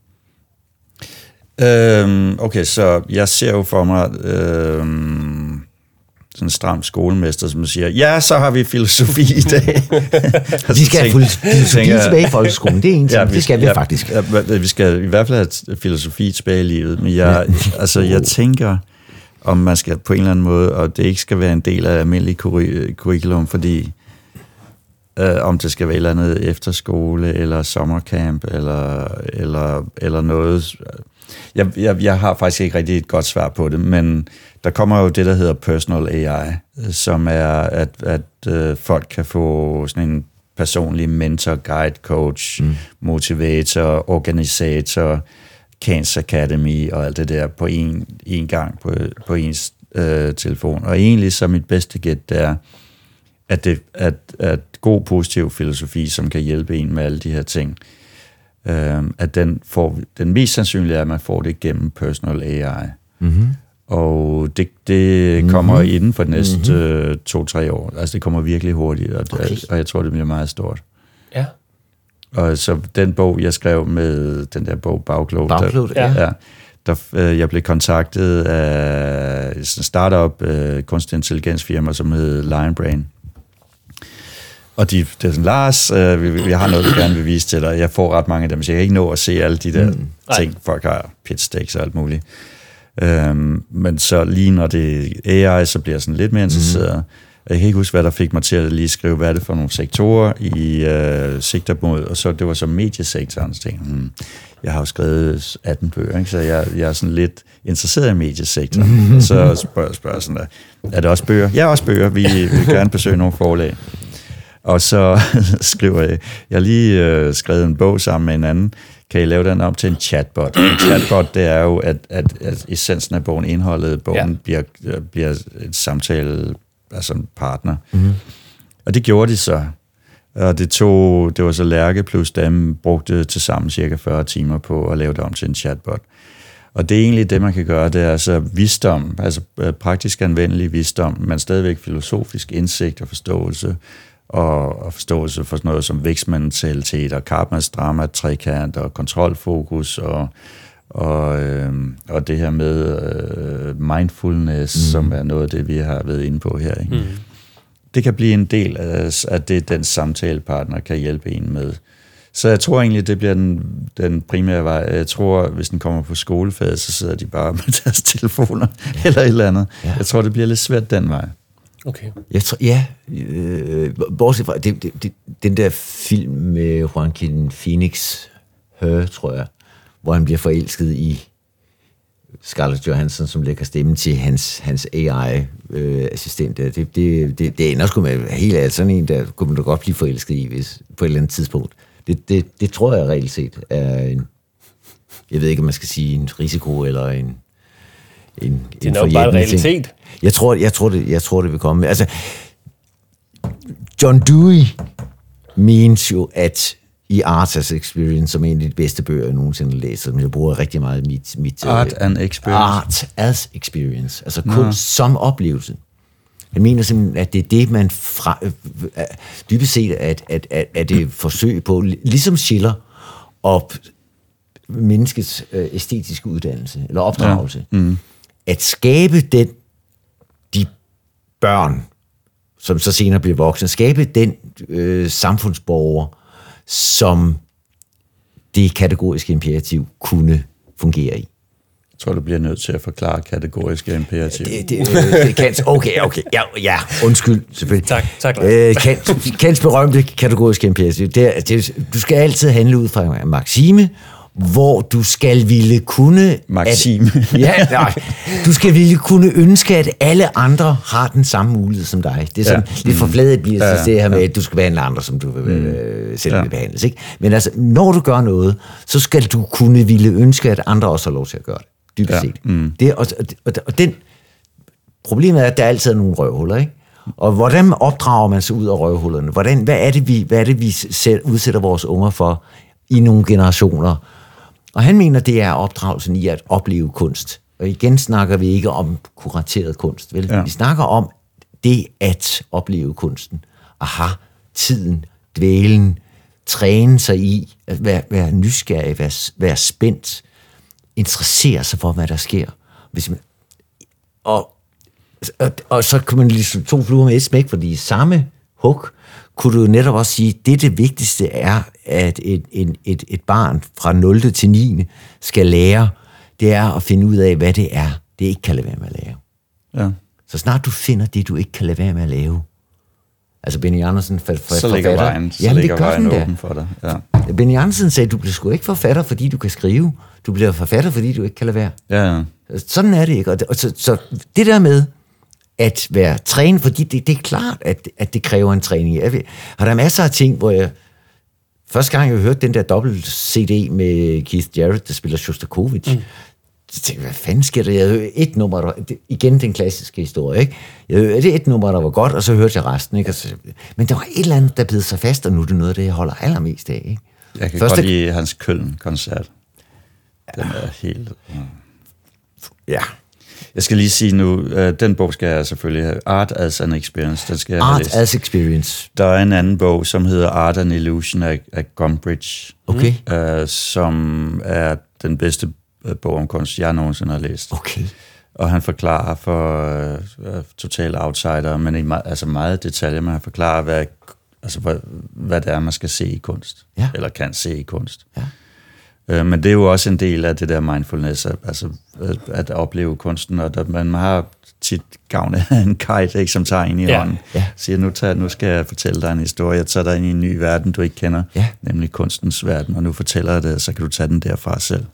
Øhm, okay, så jeg ser jo for mig øhm, sådan en stram skolemester, som siger, ja, så har vi filosofi i dag. Vi skal have filosofi tilbage i folkeskolen, det er en ting, ja, det skal vi ja, faktisk. Ja, vi skal i hvert fald have filosofi tilbage i livet, men jeg, ja. altså, jeg tænker, om man skal på en eller anden måde, og det ikke skal være en del af almindelig curriculum, fordi øh, om det skal være et eller andet efterskole, eller sommercamp, eller, eller, eller noget. Jeg, jeg, jeg har faktisk ikke rigtig et godt svar på det, men der kommer jo det, der hedder personal A I, som er, at, at øh, folk kan få sådan en personlig mentor, guide, coach, mm. motivator, organisator, Cancer Academy og alt det der på en, en gang på, på ens øh, telefon. Og egentlig så mit bedste gæt, det er, at, det, at, at god positiv filosofi, som kan hjælpe en med alle de her ting, øh, at den, får, den mest sandsynlige er, at man får det gennem personal A I. Mm-hmm. Og det, det mm-hmm. kommer inden for de næste mm-hmm. øh, to-tre år. Altså det kommer virkelig hurtigt, og, okay. og jeg tror, det bliver meget stort. Ja. Og så den bog, jeg skrev med den der bog, Bagklog, Bagklog, der, ja. Ja, der, øh, jeg blev kontaktet af en startup øh, kunstig intelligensfirma, som hed Lionbrain. Og de, det er sådan, Lars, øh, vi, vi har noget, vi gerne vil vise til dig. Jeg får ret mange af dem, så jeg kan ikke nå at se alle de der mm. ting, folk har, pitch decks og alt muligt. Øhm, men så lige når det er A I, så bliver jeg sådan lidt mere interesseret. Mm. Jeg kan ikke huske, hvad der fik mig til at lige skrive, hvad er det for nogle sektorer, I øh, sigter mod, og så det var så mediesektoren, så tænkte hmm, jeg har jo skrevet atten bøger, ikke? Så jeg, jeg er sådan lidt interesseret i mediesektoren, mm-hmm. og så spørger jeg spørg sådan der, er det også bøger? Ja, også bøger, vi vil gerne besøge nogle forlag. Og så skriver jeg, jeg har lige øh, skrevet en bog sammen med en anden, kan I lave den om til en chatbot? En chatbot, det er jo, at, at, at essensen af bogen, indholdet af bogen, ja. bliver, bliver et samtale, altså en partner. Mm-hmm. Og det gjorde de så. Og det tog, det var så Lærke plus dem, brugte til sammen cirka fyrre timer på at lave det om til en chatbot. Og det er egentlig det, man kan gøre, det er altså visdom, altså praktisk anvendelig visdom, men stadigvæk filosofisk indsigt og forståelse, og, og forståelse for sådan noget som vækstmentalitet og Karpmans drama, trekant og kontrolfokus og, og, øh, og det her med øh, mindfulness, mm. som er noget af det, vi har været inde på her. Ikke? Mm. Det kan blive en del af, af det, den samtalepartner kan hjælpe en med. Så jeg tror egentlig, det bliver den, den primære vej. Jeg tror, hvis den kommer på skolefaget, så sidder de bare med deres telefoner eller et eller andet. Ja. Jeg tror, det bliver lidt svært den vej. Okay. Jeg tror, ja, øh, bortset fra, det, det, det, den der film med Joaquin Phoenix, Her, tror jeg, hvor han bliver forelsket i Scarlett Johansson, som lægger stemmen til hans, hans A I-assistent. Øh, det, det, det, det ender sgu med helt alt sådan en, der kunne man da godt blive forelsket i, hvis, på et eller andet tidspunkt. Det, det, det tror jeg reelt set er en, jeg ved ikke, om man skal sige en risiko eller en En, det er nok bare en realitet. Ting. Jeg tror, jeg, tror det, jeg tror, det vil komme. Altså, John Dewey menes jo, at i Art as Experience, som er en af de bedste bøger, jeg nogensinde læser, som jeg bruger rigtig meget mit... mit Art uh, and Experience. Art as Experience. Altså kunst no. som oplevelse. Jeg mener simpelthen, at det er det, man fra... Øh, øh, dybest set at, at, at, at det forsøg på, ligesom Schiller, op menneskets øh, æstetiske uddannelse, eller opdragelse, ja. mm. at skabe den, de børn, som så senere bliver voksne, skabe den øh, samfundsborger, som det kategoriske imperativ kunne fungere i. Jeg tror, du bliver nødt til at forklare kategoriske imperativ. Det, det, øh, det Kants, okay, okay, ja, ja, undskyld, selvfølgelig. Tak, tak. Øh, Kant, Kants berømte kategoriske imperativ, det er, det, du skal altid handle ud fra en maksime, hvor du skal ville kunne... Maxime. At, ja, nej. Du skal ville kunne ønske, at alle andre har den samme mulighed som dig. Det er sådan ja. lidt forfladet bliver ja, ja. det her med, at du skal behandle andre, som du vil, øh, selv ja. vil behandles. Ikke? Men altså, når du gør noget, så skal du kunne ville ønske, at andre også har lov til at gøre det. dybest Ja. set. Mm. Det, og, og, og den, problemet er, at der altid er nogle røvhuller, ikke? Og hvordan opdrager man sig ud af røvhullerne? Hvordan, hvad er det, vi, hvad er det, vi selv udsætter vores unger for i nogle generationer? Og han mener, det er opdragelsen i at opleve kunst. Og igen snakker vi ikke om kurateret kunst, vel? Ja. Vi snakker om det at opleve kunsten. Aha, tiden, dvælen, træne sig i, at være, være nysgerrig, være, være spændt, interessere sig for, hvad der sker. Hvis man, og, og, og så kan man ligesom to fluer med et smæk, fordi i samme hug kunne du netop også sige, at det, det vigtigste er, at et, et, et, et barn fra nul til niende skal lære, det er at finde ud af, hvad det er, det ikke kan lade være med at lave. Ja. Så snart du finder det, du ikke kan lade være med at lave. Altså Benny Andersen, for, for, Så ligger forfatter. vejen, så Jamen, ligger vejen der. åben for dig. Ja. Benny Andersen sagde, du bliver sgu ikke forfatter, fordi du kan skrive. Du bliver forfatter, fordi du ikke kan lade være. Ja, ja. Sådan er det ikke. Og, det, og så, så det der med at være trænet, fordi det, det er klart, at, at det kræver en træning. Jeg ved, har der masser af ting, hvor jeg... Første gang, jeg hørte den der dobbelt C D med Keith Jarrett, der spiller Shostakovich, mm. så tænkte jeg, hvad fanden sker der? Jeg hørte et nummer, der, igen den klassiske historie, ikke? Jeg hørte et nummer, der var godt, og så hørte jeg resten, ikke? Så, men der var et eller andet, der blev så fast, og nu er det noget af det, jeg holder allermest af, ikke? Jeg kan Første... godt lide hans Køln-koncert. Den er helt... Ja. Jeg skal lige sige nu, uh, den bog skal jeg selvfølgelig have. Art as an Experience, den skal jeg have Art læst. as Experience. Der er en anden bog, som hedder Art and Illusion af, af Gombrich, Okay. uh, som er den bedste bog om kunst, jeg nogensinde har læst. Okay. Og han forklarer for uh, totale outsider, men i meget, altså meget detaljer, men han forklarer, hvad, altså, hvad, hvad det er, man skal se i kunst, Ja. eller kan se i kunst. Ja. Uh, men det er jo også en del af det der mindfulness, altså at, at opleve kunsten, og der, man har tit gavn af en guide, ikke, som tager en i Ja. hånden. Ja. Siger, nu, tager, nu skal jeg fortælle dig en historie, jeg tager dig ind i en ny verden, du ikke kender, Ja. nemlig kunstens verden, og nu fortæller jeg det, så kan du tage den derfra selv.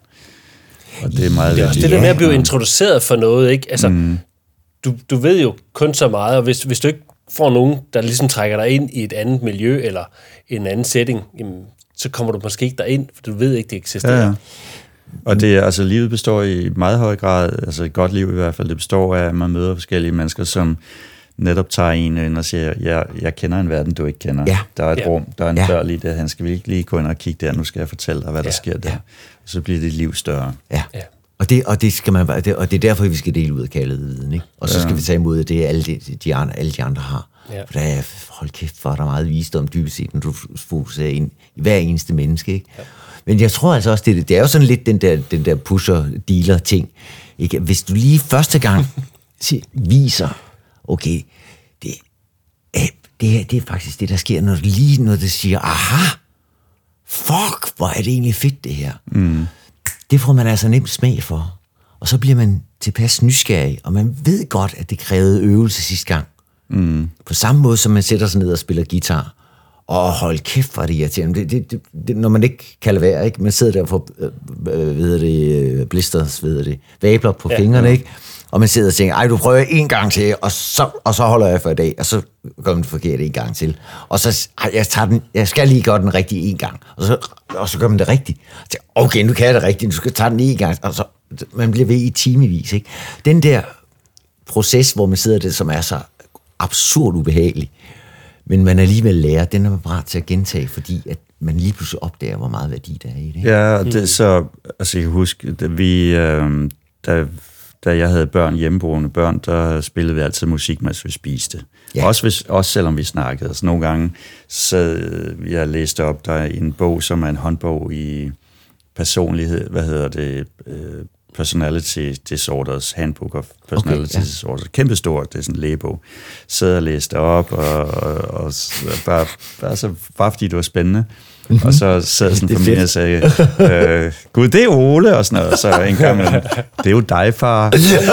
Og det er meget Det er også det vigtigt. der med at blive introduceret for noget, ikke? Altså, mm. du, du ved jo kun så meget, og hvis, hvis du ikke får nogen, der ligesom trækker dig ind i et andet miljø, eller en anden setting, jamen, så kommer du måske ikke derind, for du ved ikke, det eksisterer. Ja, ja. Og det er, altså, livet består i meget høj grad, altså et godt liv i hvert fald, det består af, at man møder forskellige mennesker, som netop tager en ind og siger, jeg, jeg kender en verden, du ikke kender. Ja. Der er et Ja. rum, der er en Ja. dør lige der, han skal vi ikke lige gå ind og kigge der, nu skal jeg fortælle dig, hvad der Ja. sker der. Ja. Og så bliver dit liv større. Ja. Ja. Og det, og det skal man bare- det, og det er derfor, vi skal dele ud af kaldet viden, ikke? Og så skal Ja. vi tage imod af det, alle de, de andre, alle de andre har. Ja. For der er, hold kæft, hvor er der meget visdom dybest set, når du fokuserer ind i hver eneste menneske, ikke? Ja. Men jeg tror altså også, det, det er jo sådan lidt den der, den der pusher-dealer-ting, ikke? Hvis du lige første gang se, viser, okay, det, øh, det, her, det er faktisk det, der sker, når du lige når det siger, aha, fuck, hvor er det egentlig fedt, det her. Mm. Det får man altså nemt smag for. Og så bliver man tilpas nysgerrig, og man ved godt, at det krævede øvelse sidste gang. Mm. På samme måde, som man sætter sig ned og spiller guitar. Og hold kæft, hvor er det irriterende. Det, det, det, det, når man ikke kan lade være, ikke? Man sidder der for øh, øh, ved det, blisters, ved det, vabler på ja, fingrene, ja. Ikke? Og man sidder og tænker, ej, du prøver en gang til, og så, og så holder jeg for i dag, og så gør man det forkert en gang til. Og så, ej, jeg, tager den, jeg skal lige gøre den rigtige en gang, og så, og så gør man det rigtigt. Og så, okay, nu kan jeg det rigtigt, du skal tage den en gang, og så, man bliver ved i timevis, ikke? Den der proces, hvor man sidder der, som er så absurd ubehagelig, men man alligevel lærer, den er man parat til at gentage, fordi at man lige pludselig opdager, hvor meget værdi der er i det. Ikke? Ja, og det så, altså jeg kan huske, da vi, øh, da, da jeg havde børn, hjemmeboende børn, der spillede vi altid musik, mens vi spiste. Ja. Også, hvis, også selvom vi snakkede. Altså nogle gange, så jeg læste op, der er en bog, som er en håndbog i personlighed, hvad hedder det, øh, Personality Disorders, Handbook of Personality okay, ja. Disorders, kæmpestort, det er sådan en lægebog. Sad og læste op, og, og, og bare, bare, så, bare fordi det var spændende. Mm-hmm. Og så sad sådan en familie og sagde, øh, gud, det er Ole, og sådan noget. Og så en gang, det er jo dig, far.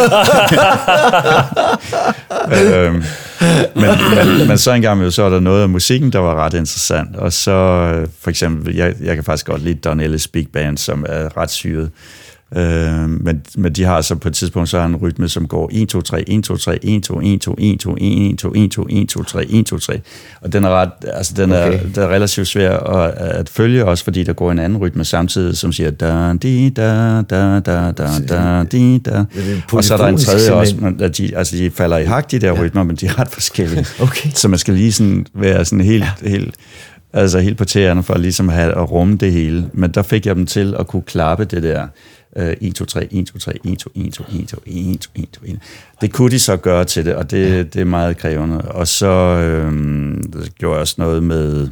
øhm, men, men, men så en gang, så var der noget af musikken, der var ret interessant. Og så for eksempel, jeg, jeg kan faktisk godt lide Don Ellis Big Band, som er ret syret. Øh, men, men de har så på et tidspunkt så en rytme, som går en, to, tre, en, to, tre, en, to, en, to, en, to, en, to, en, to, en, to, tre, en, to, tre. Og den er ret, altså den er, okay. den er relativt svær at, at følge også, fordi der går en anden rytme samtidig, som siger da, di, da, da, da, da, da, di, da. Og så er der en tredje også, men de, altså de falder i hak, de der ja. rytmer, men de er ret forskellige. Okay. Så man skal lige sådan være sådan helt, ja. helt altså helt på tæerne for ligesom at have at rumme det hele. Men der fik jeg dem til at kunne klappe det der en, to, tre, en, to, tre, en, to, en, to, en, to, en, to, en, to, en. Det kunne de så gøre til det, og det, det er meget krævende. Og så øhm, gjorde jeg også noget med,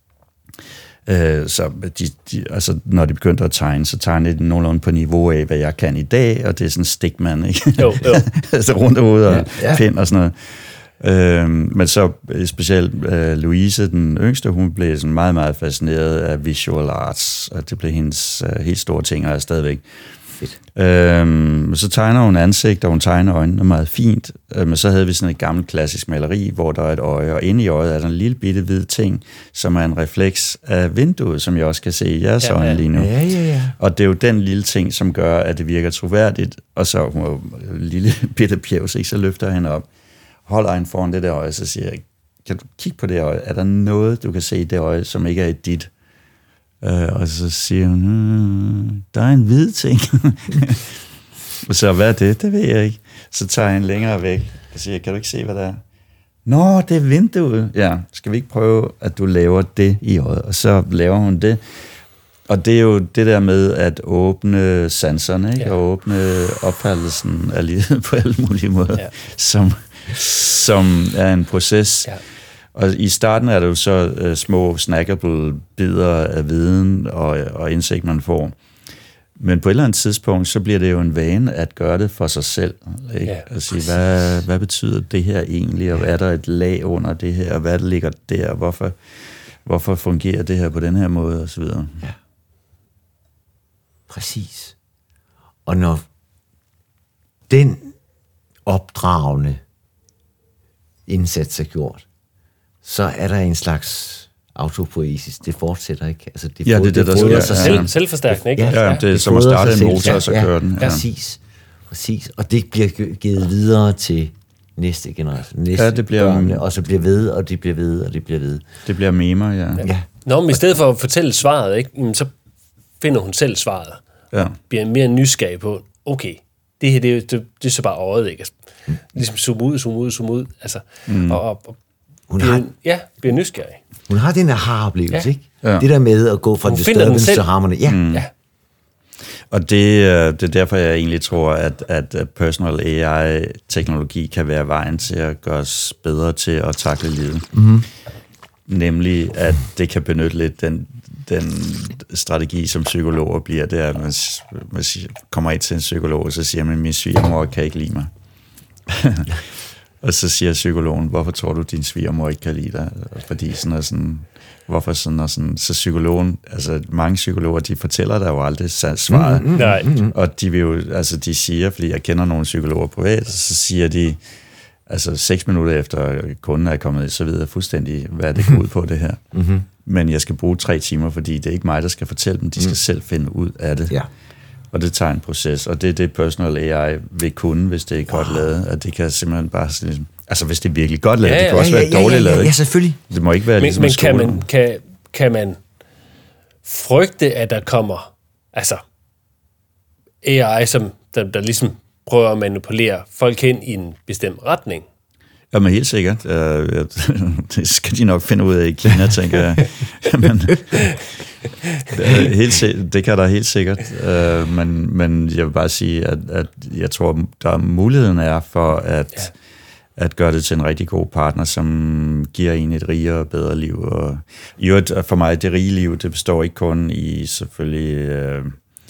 øh, så de, de, altså, når de begyndte at tegne, så tegnede de nogenlunde på niveau af, hvad jeg kan i dag, og det er sådan en stikmand, ikke? Jo, jo. altså rundt og ud og ja, ja. pind og sådan noget. Øhm, men så specielt øh, Louise, den yngste, hun blev sådan meget, meget fascineret af visual arts, og det blev hendes øh, helt store ting, og er stadigvæk. Fedt. Øhm, så tegner hun ansigt, og hun tegner øjnene meget fint, øh, men så havde vi sådan et gammelt klassisk maleri, hvor der er et øje, og inde i øjet er der en lille bitte hvid ting, som er en refleks af vinduet, som jeg også kan se i jeres ja, øjne lige nu. Ja, ja, ja. Og det er jo den lille ting, som gør, at det virker troværdigt, og så hun er en lille bitte pjevs, ikke? Så løfter jeg hende op, holder hende foran det der øje, så siger jeg, kan du kigge på det øje? Er der noget, du kan se i det øje, som ikke er i dit? Uh, og så siger hun, hmm, der er en hvid ting. Og så, hvad er det? Det ved jeg ikke. Så tager jeg en længere væk, og siger, kan du ikke se, hvad det er? Nå, det er vinduet. Ja, skal vi ikke prøve, at du laver det i øjet? Og så laver hun det. Og det er jo det der med at åbne sanserne, ikke? Ja. Og åbne opfattelsen af livet på alle mulige måder, ja. som, som er en proces. Ja. Og i starten er det jo så uh, små snackable bidder af viden og, og indsigt, man får. Men på et eller andet tidspunkt, så bliver det jo en vane at gøre det for sig selv. Ikke? Ja, at sige, hvad, hvad betyder det her egentlig, og er der et lag under det her, og hvad ligger der, hvorfor, hvorfor fungerer det her på den her måde, og så videre. Ja. Præcis. Og når den opdragende indsats er gjort, så er der en slags autopoesis. Det fortsætter ikke. Altså, det ja, det er det, der fodrer sig selv. Selvforstærkende, ikke? Ja, ja, ja, det er det som at starte en motor, og så kører den. Ja. Præcis. Præcis. Og det bliver givet videre til næste generation, næste ja, det bliver, børnene, og så bliver ved, og det bliver ved, og det bliver ved. Det bliver memer, ja. ja. Nå, men i stedet for at fortælle svaret, ikke, så finder hun selv svaret. Ja. Bliver mere nysgerrig på, okay, det her, det er, det, det er så bare øjet, ikke? Mm. Ligesom zoom ud, zoom ud, zoom ud. Altså, mm. og, og, og hun bliver, har, ja, bliver nysgerrig. Hun har den her aha-oplevelse, ja. Ikke? Ja. Det der med at gå fra hun disturbance til harmoni. Ja. Mm. Ja. Og det, det er derfor, jeg egentlig tror, at, at personal A I-teknologi kan være vejen til at gøre os bedre til at takle livet. Mm-hmm. Nemlig, at det kan benytte lidt den, den strategi, som psykologer bliver, det er, at man, man kommer ind til en psykolog, og så siger man, min svigermor kan ikke lide mig. Og så siger psykologen, hvorfor tror du, din svigermor ikke kan lide dig? Fordi sådan og sådan, hvorfor sådan og sådan. Så psykologen, altså mange psykologer, de fortæller dig jo aldrig svaret. Mm, mm, mm. Og de vil jo, altså de siger, fordi jeg kender nogle psykologer privat, så siger de, altså seks minutter efter kunden er kommet, så ved jeg fuldstændig, hvad det går ud på det her. Mm-hmm. Men jeg skal bruge tre timer, fordi det er ikke mig, der skal fortælle dem, de skal mm. selv finde ud af det. Ja. Og det tager en proces, og det er det personal A I vil kunne, hvis det er wow. godt lavet, at det kan simpelthen bare sådan, altså hvis det er virkelig godt lavet, ja, ja, det kan også ja, være ja, dårligt ja, ja, lavet. Ja, selvfølgelig. Det må ikke være men, ligesom men kan man, kan, kan man frygte, at der kommer altså A I, som der, der ligesom prøver at manipulere folk hen i en bestemt retning? Jamen helt sikkert. Det skal de nok finde ud af i Kina, tænker jeg. Men, helt, det kan der helt sikkert. Men, men jeg vil bare sige, at, at jeg tror, der muligheden er for at, ja. at gøre det til en rigtig god partner, som giver en et rigere og bedre liv. Og i øvrigt, for mig, det rige liv, det består ikke kun i selvfølgelig... Øh,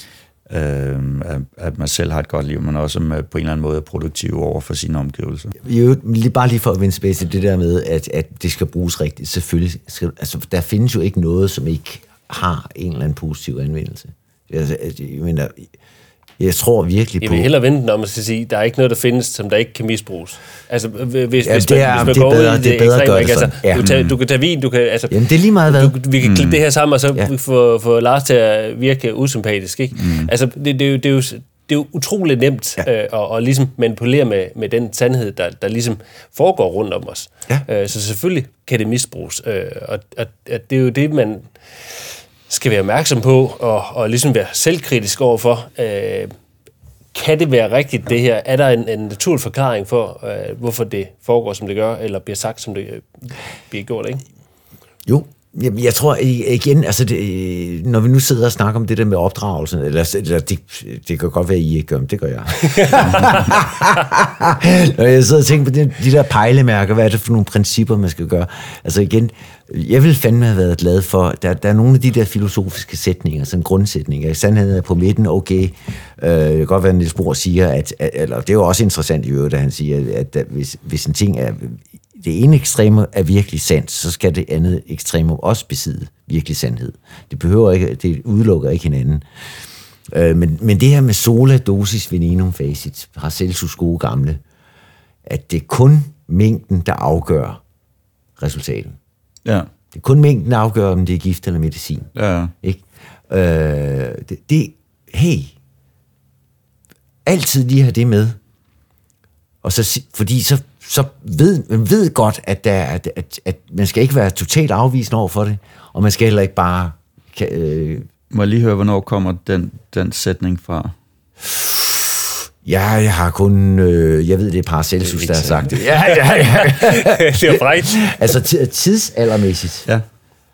at man selv har et godt liv, men også med, på en eller anden måde er produktiv over for sine omgivelser. Jo, bare lige for at vende tilbage til det der med, at, at det skal bruges rigtigt. Selvfølgelig skal, altså, der findes jo ikke noget, som ikke har en eller anden positiv anvendelse. Altså, jeg mener, jeg tror virkelig Jeg på... vil hellere vente, når man skal sige, der er ikke noget, der findes, som der ikke kan misbruges. Altså, hvis, Ja, hvis, det man, er- hvis man det er går ud bedre- i det er bedre at gøre det altså, sådan. Ja. du, tager, du kan tage vin, du kan... Altså, Jamen, det er lige meget hvad. du, vi kan klippe det her sammen, og så Ja. ja. få, få Lars til at virke usympatisk, ikke? Mm. Altså, det, det, er jo, det, er jo, det er jo utroligt nemt ja. øh, at, at ligesom manipulere med, med den sandhed, der, der ligesom foregår rundt om os. Ja. Øh, så selvfølgelig kan det misbruges. Øh, og, og, og det er jo det, man skal være opmærksom på, og, og ligesom være selvkritisk overfor. Øh, kan det være rigtigt, det her? Er der en, en naturlig forklaring for, øh, hvorfor det foregår, som det gør, eller bliver sagt, som det øh, bliver gjort, ikke? Jo, jeg, jeg tror igen, altså det, når vi nu sidder og snakker om det der med opdragelsen, eller, eller det, det kan godt være, I ikke gør, men det gør jeg. Når jeg sidder og tænker på de, de der pejlemærker, hvad er det for nogle principper, man skal gøre? Altså igen, jeg vil fandme have været glad for, der, der er nogle af de der filosofiske sætninger, sådan grundsætninger. Sandheden er på midten, okay. Øh, det kan godt være, at Niels Bohr siger, at, at, eller det er jo også interessant i øvrigt, at han siger, at, at hvis, hvis en ting er... det ene ekstreme er virkelig sandt, så skal det andet ekstremum også besidde virkelig sandhed. Det behøver ikke, det udelukker ikke hinanden. Øh, men, men det her med sola dosis venenum facit, Paracelsus gode gamle, at det er kun mængden, der afgør resultatet. Ja. Det er kun mængden, der afgør, om det er gift eller medicin. Ja. Ikke? Øh, det, det, hey, altid lige have det med. Og så, fordi så, så ved man ved godt, at, der, at, at, at man skal ikke være totalt afvisende over for det, og man skal heller ikke bare... Kan, øh, Må jeg lige høre, hvornår kommer den, den sætning fra? ja, jeg har kun... Øh, jeg ved, det er Paracelsus, der har sagt det. Ja, ja, ja. Det er frækt. Altså t- tidsaldermæssigt. Ja.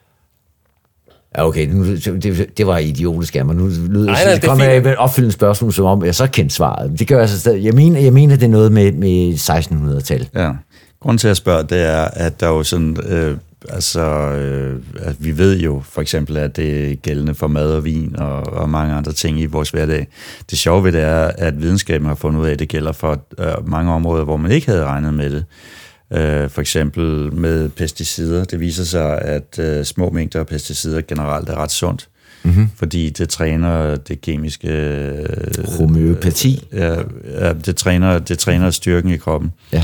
Ja, okay, nu, det, det var idiotisk af mig. Nu lyder Nej, det, nej, det det er kommer fint. jeg med et opfølgende spørgsmål, som om jeg så kendte svaret. Men det gør jeg så stadig. Jeg mener, jeg mener det er noget med, med seksten hundrede-tal. Ja. Grunden til at spørge, det er, at der er jo sådan... Øh, altså, øh, at vi ved jo for eksempel, at det er gældende for mad og vin og, og mange andre ting i vores hverdag. Det sjove ved det er, at videnskaben har fundet ud af, at det gælder for øh, mange områder, hvor man ikke havde regnet med det. Uh, for eksempel med pesticider. Det viser sig, at uh, små mængder af pesticider generelt er ret sundt, mm-hmm. fordi det træner det kemiske... Homøopati. Uh, ja, ja, det træner, det træner styrken i kroppen. Ja.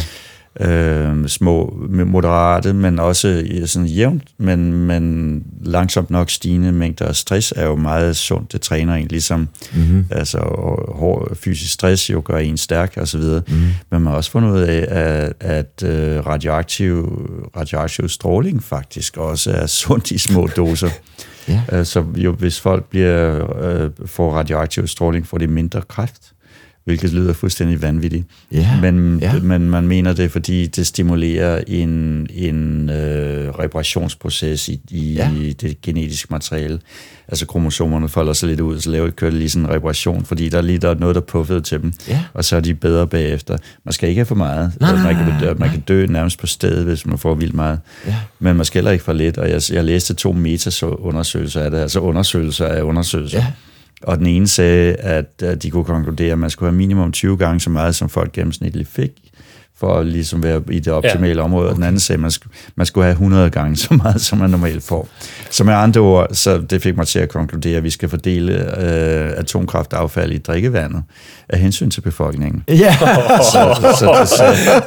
Uh, små, moderate, men også sådan jævnt, men, men langsomt nok stigende mængder af stress er jo meget sundt. Det træner en ligesom, mm-hmm. altså hård fysisk stress jo gør en stærk og så videre. Mm-hmm. Men man har også fundet ud af, at, at radioaktiv, radioaktiv stråling faktisk også er sundt i små doser. Ja. Så jo, hvis folk bliver, øh, får radioaktiv stråling, får de mindre kræft, hvilket lyder fuldstændig vanvittigt. Ja, men, ja. men man mener det, fordi det stimulerer en, en øh, reparationsproces i, i ja. det genetiske materiale. Altså kromosomerne folder sig lidt ud, så laver kører det lige sådan en reparation, fordi der er lige der er noget, der puffede til dem, ja. og så er de bedre bagefter. Man skal ikke have for meget. Nej, altså, man, kan, nej, nej. man kan dø nærmest på stedet, hvis man får vildt meget. Ja. Men man skal heller ikke for lidt, og jeg, jeg læste to metaundersøgelser af det, altså undersøgelser af undersøgelser. Ja. Og den ene sagde, at de kunne konkludere, at man skulle have minimum tyve gange så meget, som folk gennemsnitligt fik, for at ligesom være i det optimale ja. område. Og okay. Den anden sagde, at man skulle, man skulle have hundrede gange så meget, som man normalt får. Så med andre ord, så det fik mig til at konkludere, at vi skal fordele øh, atomkraftaffald i drikkevandet af hensyn til befolkningen. Ja. så, så det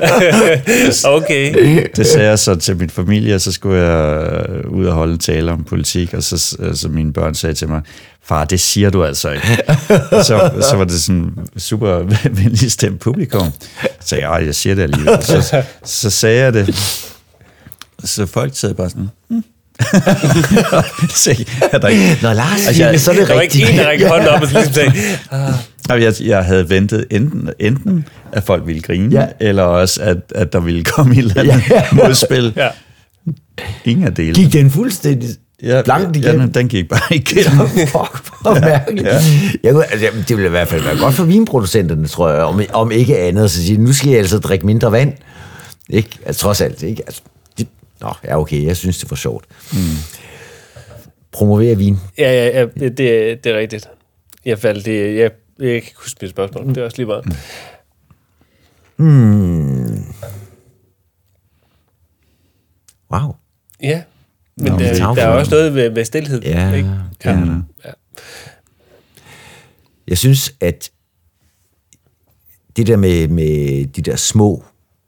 sagde, okay. Det sagde jeg så til min familie, og så skulle jeg ud og holde en tale om politik, og så, så mine børn sagde til mig, far, det siger du altså ikke. så, så var det sådan super venlig stemt publikum. Så sagde jeg, jeg siger det alligevel. Så, så sagde jeg det. Så folk sad bare sådan, hmm. så, er der ikke... Nå, Lars, altså, jeg, så er det der var rigtigt. ikke en, der rækker hånden op og ligesom sagde, ah. jeg, jeg havde ventet enten, enten at folk ville grine, ja. eller også at, at der ville komme et eller andet ja. modspil. Ja. Ingen af delene. Gik den fuldstændig... Ja, blankt igen. Ja, den gik bare igennem. Ja, fuck, hvor mærkeligt. Ja, ja. Jeg kunne, altså, det ville i hvert fald være godt for vinproducenterne, tror jeg, om, om ikke andet, så sige, nu skal jeg altså drikke mindre vand. Ikke? Altså, trods alt, ikke? Altså, det, nå, ja, okay, jeg synes, det var sjovt. Mm. Promovere vin. Ja, ja, ja det, det er rigtigt. Jeg faldt det, jeg, jeg kan ikke huske mit spørgsmål, det er også lige meget. Hmm. Wow. Ja. Men Nå, der, der er også noget ved, ved stillhed. Ja, ikke? ja. Ja. Jeg synes, at det der med, med de der små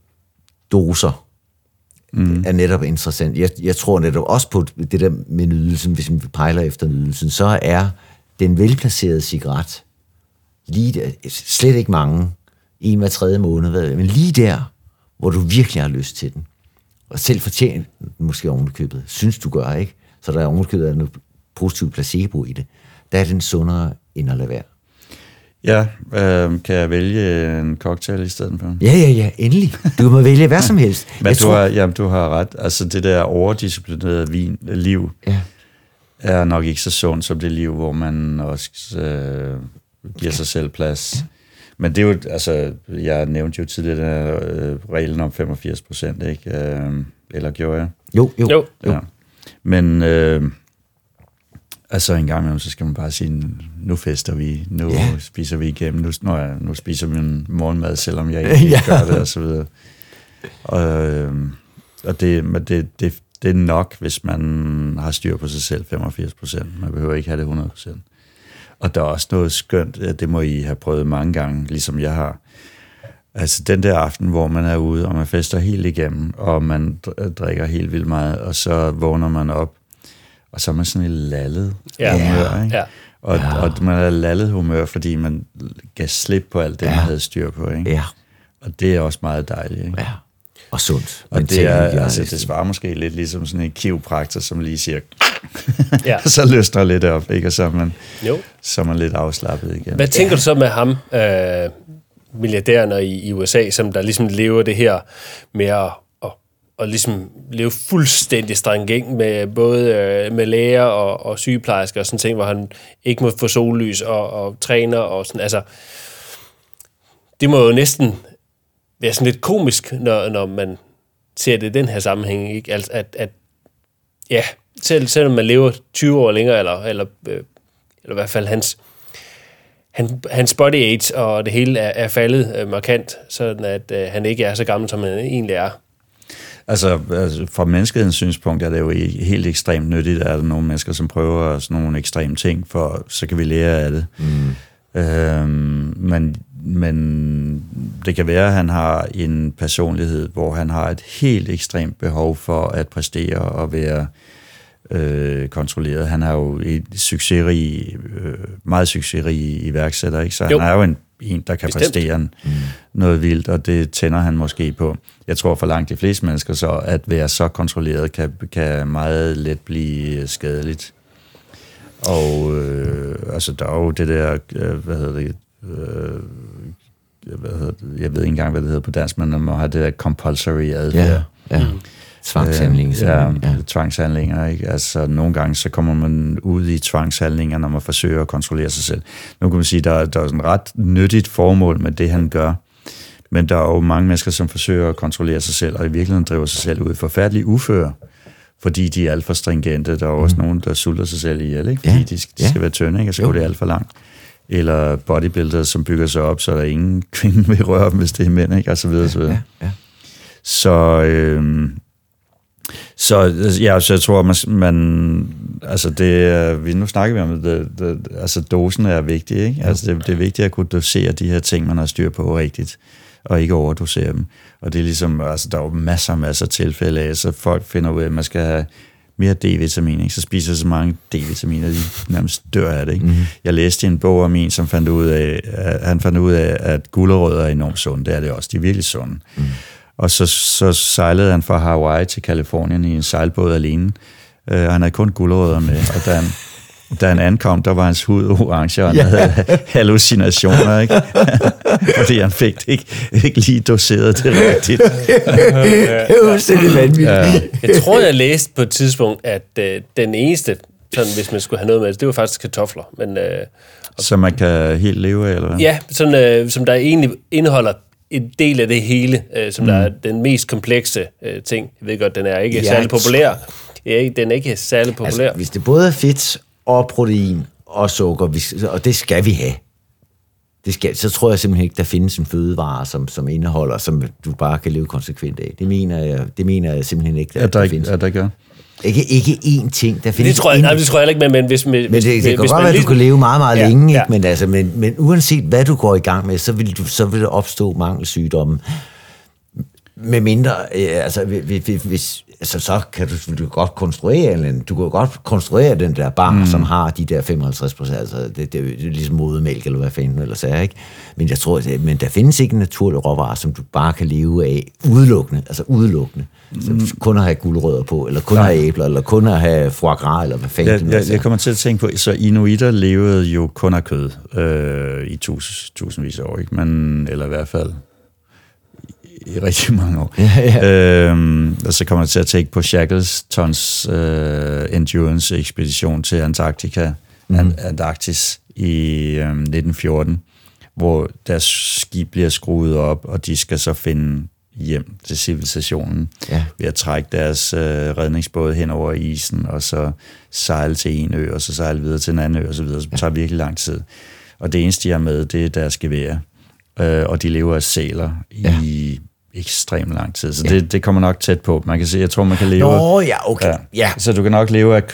doser, mm. er netop interessant. Jeg, jeg tror netop også på det der med nydelsen, hvis vi pejler efter nydelsen, så er den velplacerede cigaret, lige der, slet ikke mange, en hver tredje måned, men lige der, hvor du virkelig har lyst til den, og selv fortjent måske ovenikøbet, synes du gør, ikke? Så der er ovenikøbet noget positivt placebo i det. Der er den sundere end at lade være. Ja, øh, kan jeg vælge en cocktail i stedet for? Ja, ja, ja, endelig. Du må vælge hvad som helst. Men jeg du, tror... har, jamen, du har ret. Altså det der overdisciplinerede vin, liv, ja. er nok ikke så sundt som det liv, hvor man også øh, giver sig selv plads. Men det er jo, altså, jeg nævnte jo tidligere den her øh, reglen om femogfirs procent, ikke? Øh, eller gjorde jeg? Jo, jo. jo. Ja. Men øh, altså en gang imellem, så skal man bare sige, nu fester vi, nu ja. spiser vi igennem, nu, nu, nu spiser vi en morgenmad, selvom jeg ikke ja. gør det, og så videre. Og, øh, og det, men det, det, det er nok, hvis man har styr på sig selv, femogfirs procent. Man behøver ikke have det hundrede procent. Og der er også noget skønt, det må I have prøvet mange gange, ligesom jeg har. Altså den der aften, hvor man er ude, og man fester helt igennem, og man drikker helt vildt meget, og så vågner man op, og så er man sådan et lallet ja. humør, ikke? Ja. Og, ja. og man er lallet humør, fordi man gav slip på alt det, ja. man havde styr på, ikke? Ja. Og det er også meget dejligt, ikke? Ja. Og sundt. Og det, er, altså, det svarer måske lidt ligesom sådan en kiropraktor, som lige siger, ja. så løsner lidt op, ikke? Og så er man, jo. så er man lidt afslappet igen. Hvad tænker ja. du så med ham, øh, milliardærerne i, i U S A, som der ligesom lever det her med at og, og ligesom leve fuldstændig stringent med både øh, med læger og, og sygeplejersker og sådan ting, hvor han ikke må få sollys og, og træner og sådan, altså det må jo næsten være sådan lidt komisk, når, når man ser det i den her sammenhæng, ikke? Altså, at, at ja, selv, selvom man lever tyve år længere, eller, eller, øh, eller i hvert fald hans, han, hans body age og det hele er, er faldet øh, markant, sådan at øh, han ikke er så gammel, som han egentlig er. Altså, altså fra menneskehedens synspunkt er det jo helt ekstremt nyttigt, at der er nogle mennesker, som prøver sådan nogle ekstreme ting, for så kan vi lære af det. Mm. Øhm, men, men det kan være, at han har en personlighed, hvor han har et helt ekstremt behov for at præstere og være øh, kontrolleret. Han har jo et succesrig, øh, meget succesrig iværksætter, ikke? Så jo. Han er jo en, en der kan Bestemt. præstere mm. noget vildt, og det tænder han måske på. Jeg tror for langt de fleste mennesker så, at være så kontrolleret kan, kan meget let blive skadeligt. Og øh, altså der er jo det der, øh, hvad hedder det, øh, hvad hedder det, jeg ved ikke engang, hvad det hedder på dansk, men man må have det der compulsory adfærd. Ja, ja. Tvangshandlinger. Øh, ja, ja, tvangshandlinger, ikke? Altså nogle gange, så kommer man ud i tvangshandlinger, når man forsøger at kontrollere sig selv. Nu kan man sige, der, der er sådan et ret nyttigt formål med det, han gør, men der er jo mange mennesker, som forsøger at kontrollere sig selv, og i virkeligheden driver sig selv ud i forfærdelige uføre, fordi de er alt for stringente. Der er også mm. nogen, der sulter sig selv ihjel, ikke? Fordi ja. de, de skal ja. være tynde, ikke? Og så går det alt for langt. Eller bodybuildere, som bygger sig op, så der ingen kvinde vil røre dem, hvis det er mænd, ikke? Og så videre, så videre. Ja. Ja. Så, øh, så, ja, så jeg tror, man, man altså det, vi, nu snakker vi om det, det, altså dosen er vigtig, ikke? Altså det, det er vigtigt at kunne dosere de her ting, man har styr på rigtigt, og ikke overdosere dem. Og det er ligesom, altså der er jo masser og masser af tilfælde af, så folk finder ud af, at man skal have mere D-vitamin, ikke? Så spiser så mange D-vitaminer, de nærmest dør af det, ikke? Mm-hmm. Jeg læste en bog om en, som fandt ud af, at han fandt ud af, at gulerødder er enormt sunde, det er det også, de er virkelig sunde. Mm. Og så, så sejlede han fra Hawaii til Kalifornien i en sejlbåd alene, uh, han havde kun gulerødder med, og da han, da han ankom, der var hans hud orange, og han yeah. havde hallucinationer, ikke? Fordi han fik ikke, ikke lige doseret det rigtigt. Det er jo vanvittigt. Ja. Jeg tror, jeg læste på et tidspunkt, at øh, den eneste, sådan, hvis man skulle have noget med det, det var faktisk kartofler. Men, øh, så man kan helt leve af, eller hvad? Ja, sådan, øh, som der egentlig indeholder en del af det hele, øh, som mm. der er den mest komplekse øh, ting. Jeg ved godt, den er ikke ja, særlig populær. Ja, den er ikke særlig populær. Altså, hvis det både er fedt og protein og sukker, og det skal vi have, det skal, så tror jeg simpelthen ikke, der findes en fødevare, som, som indeholder, som du bare kan leve konsekvent af. Det mener jeg, det mener jeg simpelthen ikke, der, at der, der ikke, findes. At der gør. Ikke, ikke én ting. Der findes det tror jeg, en... nej, det tror jeg heller ikke, men hvis... Med, men det, det kan hvis godt være, at lige... du kan leve meget, meget ja, længe, ja. Ikke? Men, altså, men, men uanset hvad du går i gang med, så vil, du, så vil der opstå mangelsygdomme. Med mindre, øh, altså, hvis, hvis, altså, så kan du, du kan godt konstruere en, du kan godt konstruere den der bar, mm. som har de der femoghalvtreds procent, altså, det, det, det er ligesom modermælk, eller hvad fanden ellers er, ikke? Men jeg tror, det, men der findes ikke en naturlig råvare, som du bare kan leve af udelukkende, altså udelukkende. Mm. Så kun at have gulerødder på, eller kun at have æbler, eller kun at have foie gras, eller hvad fanden. Jeg, jeg, jeg kommer til at tænke på, så inuitter levede jo kun af kød øh, i tus, tusindvis af år, ikke? Men, eller i hvert fald i rigtig mange år. Ja, ja. Øhm, og så kommer jeg til at tænke på Shackletons øh, Endurance-ekspedition til Antarktika, mm. Antarktis i øh, nitten fjorten, hvor deres skib bliver skruet op, og de skal så finde hjem til civilisationen ja. ved at trække deres øh, redningsbåd hen over isen, og så sejle til en ø, og så sejle videre til en anden ø, og så videre. Så det tager virkelig lang tid. Og det eneste, de har med, det er deres gevær. Øh, og de lever af sæler ja. i ekstremt lang tid. Så ja. det, det kommer nok tæt på. Man kan se, jeg tror, man kan leve... Nå, ja, okay. Ja. Ja. Så du kan nok leve af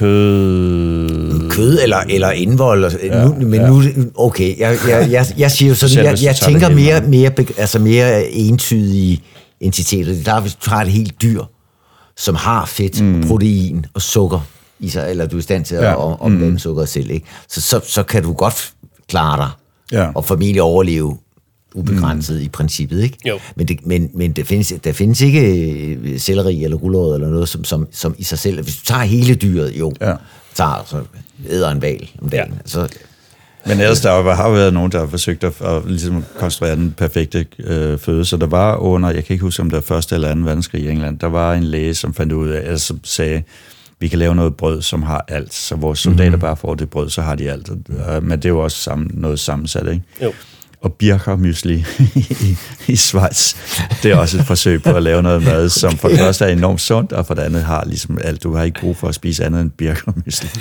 kød... Kød eller, eller indvold. Ja. Nu, men ja. nu... Okay, jeg, jeg, jeg, jeg siger jo sådan, jeg, jeg tænker mere, mere, altså mere entydige entiteter. Der er, hvis du tager et helt dyr, som har fedt, mm. protein og sukker i sig, eller du er i stand til ja. at omdanne mm. sukker selv, ikke? Så, så, så kan du godt klare dig ja. og formentlig overleve ubegrænset mm. i princippet, ikke? Jo. Men, det, men, men der, findes, der findes ikke selleri eller gulerod eller noget, som, som, som i sig selv... Hvis du tager hele dyret, jo, ja. tager så æder en hval om dagen. Ja. Så, men ellers der har været nogen, der har forsøgt at, at ligesom konstruere den perfekte øh, føde. Så der var under, jeg kan ikke huske, om det var første eller anden verdenskrig i England, der var en læge, som fandt ud af, altså, som sagde, vi kan lave noget brød, som har alt. Så vores soldater mm-hmm. bare får det brød, så har de alt. Men det er jo også sammen, noget sammensat, ikke? Jo. Og Bircher Müsli i, i Schweiz, det er også et forsøg på at lave noget mad, som for det første er enormt sundt, og for det andet har ligesom alt. Du har ikke brug for at spise andet end Bircher Müsli.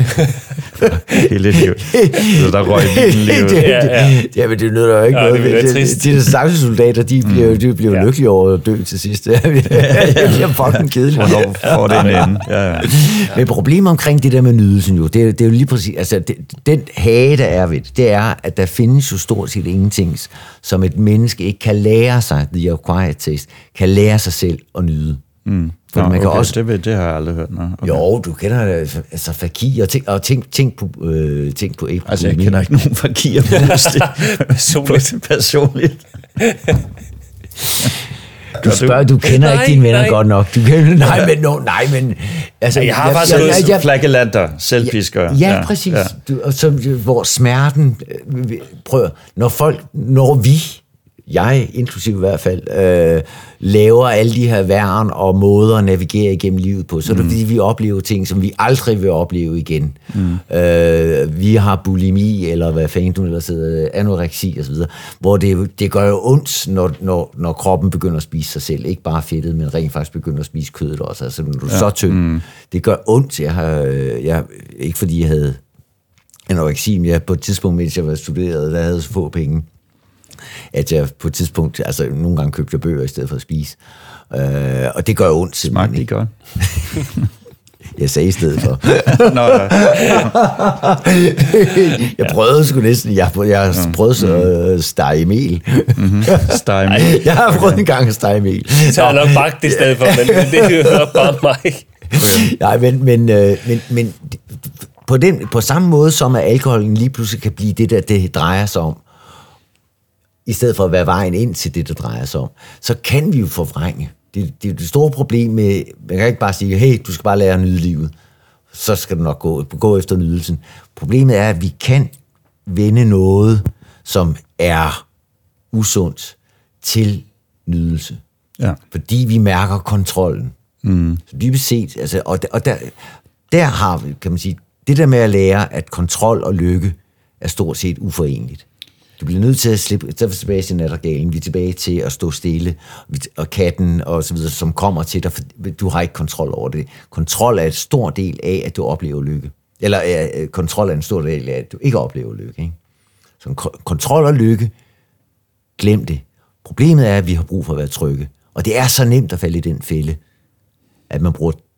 Hele livet. Så der røg livet. Ja, ja. ja, men det nytter jo ikke ja, noget. Det, det, de der samme soldater, de bliver, mm. de bliver ja. lykkelige over at dø til sidst. Det er fucking kedeligt. Hvornår får det en ende? Ja, ja. Men problemet omkring det der med nydelsen, jo, det er, det er jo lige præcis, altså det, den hage, der er ved det, det er, at der findes jo stort set ingenting, som et menneske ikke kan lære sig, the acquired taste, kan lære sig selv at nyde. Mm. For Nå, man kan okay, også, det, det har jeg aldrig hørt. Okay. Jo, du kender altså fakir, og tænk, og tænk, tænk på, øh, tænk på æble. Altså, jeg kender ikke nogen fakir personligt. personligt. Du spørger, du kender nej, ikke dine venner nej. godt nok. Du kender, nej, men no, nej, men altså, jeg har faktisk jeg, jeg, flagellanter, selvpisker. Ja, ja, præcis. Ja. Du, og så, hvor smerten prøver, når folk, når vi, jeg inklusive i hvert fald, øh, laver alle de her værn og måder at navigere igennem livet på, så er det mm. fordi, vi oplever ting, som vi aldrig vil opleve igen. Mm. Øh, vi har bulimi, eller hvad fanden du ellers hedder, anoreksi osv., hvor det, det gør jo ondt, når, når, når kroppen begynder at spise sig selv. Ikke bare fedtet, men rent faktisk begynder at spise kødet også. Altså, når du er ja. så tynd. Mm. Det gør ondt. Jeg har, jeg, ikke fordi jeg havde anoreksi, men jeg på et tidspunkt, mens jeg var studeret, der havde så få penge, at jeg på et tidspunkt, altså nogle gange købte jeg bøger i stedet for at spise. Øh, og det gør ondt. Smagte de godt? Jeg sagde i stedet for. Nå, ja. Jeg prøvede sgu næsten, jeg, jeg prøvede så at stege mel. Mm-hmm. Stege mel? Jeg har prøvet en gang at stege mel. Så har jeg nok bagt det i stedet for, men det er jo nok bare mig. Okay. Nej, men, men, men, men på, den, på samme måde som at alkoholen lige pludselig kan blive det, der det drejer sig om, i stedet for at være vejen ind til det, der drejer sig om, så kan vi jo forvrænge. Det, det er det store problem med, man kan ikke bare sige, hey, du skal bare lære at nyde livet. Så skal du nok gå, gå efter nydelsen. Problemet er, at vi kan vende noget, som er usundt, til nydelse. Ja. Fordi vi mærker kontrollen. Mm. Så dybest set, altså, og, der, og der, der har vi, kan man sige, det der med at lære, at kontrol og lykke er stort set uforenligt. Du bliver nødt til at slippe, så er vi tilbage til nattergalen, vi er tilbage til at stå stille, og katten og så videre, som kommer til dig, for du har ikke kontrol over det. Kontrol er et stor del af, at du oplever lykke. Eller uh, kontrol er en stor del af, at du ikke oplever lykke. Ikke? Så k- kontrol og lykke, glem det. Problemet er, at vi har brug for at være trygge. Og det er så nemt at falde i den fælde, at man bruger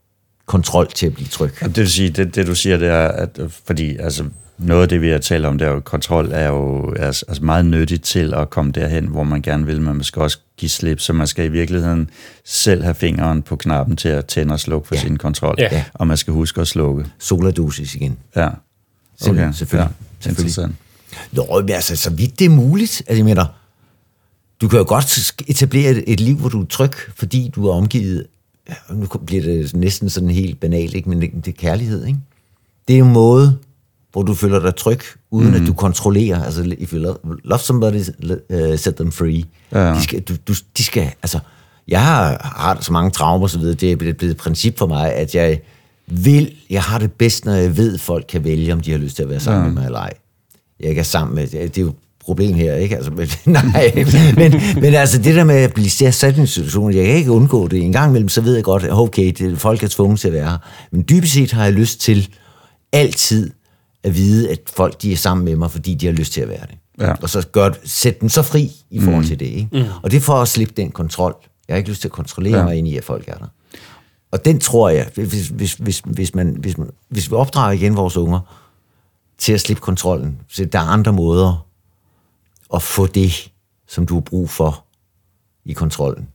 kontrol til at blive tryg. Det vil sige, det, det du siger, det er, at fordi altså, noget af det, vi har talt om, det er jo, kontrol er jo altså, altså meget nyttigt til at komme derhen, hvor man gerne vil, men man skal også give slip, så man skal i virkeligheden selv have fingeren på knappen til at tænde og slukke for ja. sin kontrol, ja. og man skal huske at slukke. Soladosis igen. Ja, okay. Selvfølgelig. Ja, interessant. Nå, men altså, så vidt det er muligt, altså jeg mener, du kan jo godt etablere et, et liv, hvor du er tryg, fordi du er omgivet, ja, nu bliver det næsten sådan helt banalt, ikke? Men det, det er kærlighed, ikke? Det er en måde, hvor du føler dig tryg, uden mm. at du kontrollerer. Altså, if you love, love somebody, uh, set them free. Ja. De skal, du, du, de skal, altså, jeg har, har så mange traumer, så videre, det er blevet et princip for mig, at jeg vil, jeg har det bedst, når jeg ved, at folk kan vælge, om de har lyst til at være sammen ja. med mig eller ej. Jeg ikke er sammen med, det er jo et problem her, ikke? Altså, men, nej, men, men altså, det der med at blive sat i en situation, jeg kan ikke undgå det. En gang imellem, så ved jeg godt, at okay, det, folk er tvunget til at være her. Men dybest set har jeg lyst til altid at vide, at folk de er sammen med mig, fordi de har lyst til at være det. Ja. Og så gør, sæt dem så fri i forhold til mm. det. Ikke? Mm. Og det er for at slippe den kontrol. Jeg har ikke lyst til at kontrollere ja. mig ind i, at folk er der. Og den tror jeg, hvis, hvis, hvis, hvis, man, hvis, man, hvis vi opdrager igen vores unger til at slippe kontrollen, så der er andre måder at få det, som du har brug for i kontrollen,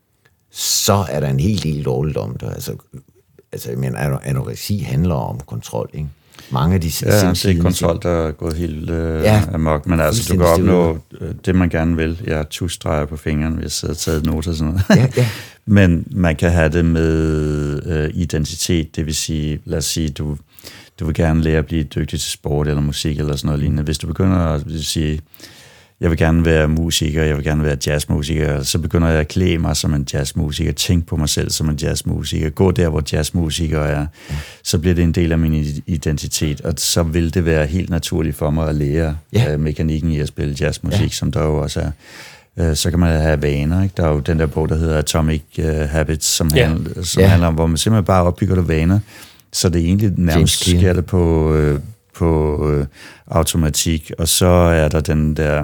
så er der en hel del dårligt om det. Altså, altså jeg mener, anoreksi handler om kontrol, ikke? Mange af de ja, det er kontrol, der er gået helt øh, ja, amok, men altså, du kan opnå det, man gerne vil. Jeg tusstreger på fingrene, hvis jeg sidder og taget noter og sådan noget. Ja, ja. Men man kan have det med øh, identitet, det vil sige, lad os sige, du, du vil gerne lære at blive dygtig til sport eller musik eller sådan noget lignende. Hvis du begynder at sige, jeg vil gerne være musiker, jeg vil gerne være jazzmusiker, så begynder jeg at klæde mig som en jazzmusiker, tænke på mig selv som en jazzmusiker, gå der, hvor jazzmusikere er, så bliver det en del af min identitet, og så vil det være helt naturligt for mig at lære ja. uh, mekanikken i at spille jazzmusik, ja. som der jo også er. Uh, så kan man have vaner, ikke? Der er jo den der bog, der hedder Atomic uh, Habits, som, ja. handler, som ja. handler om, hvor man simpelthen bare opbygger det vaner, så det egentlig nærmest sker det på, uh, på uh, automatik, og så er der den der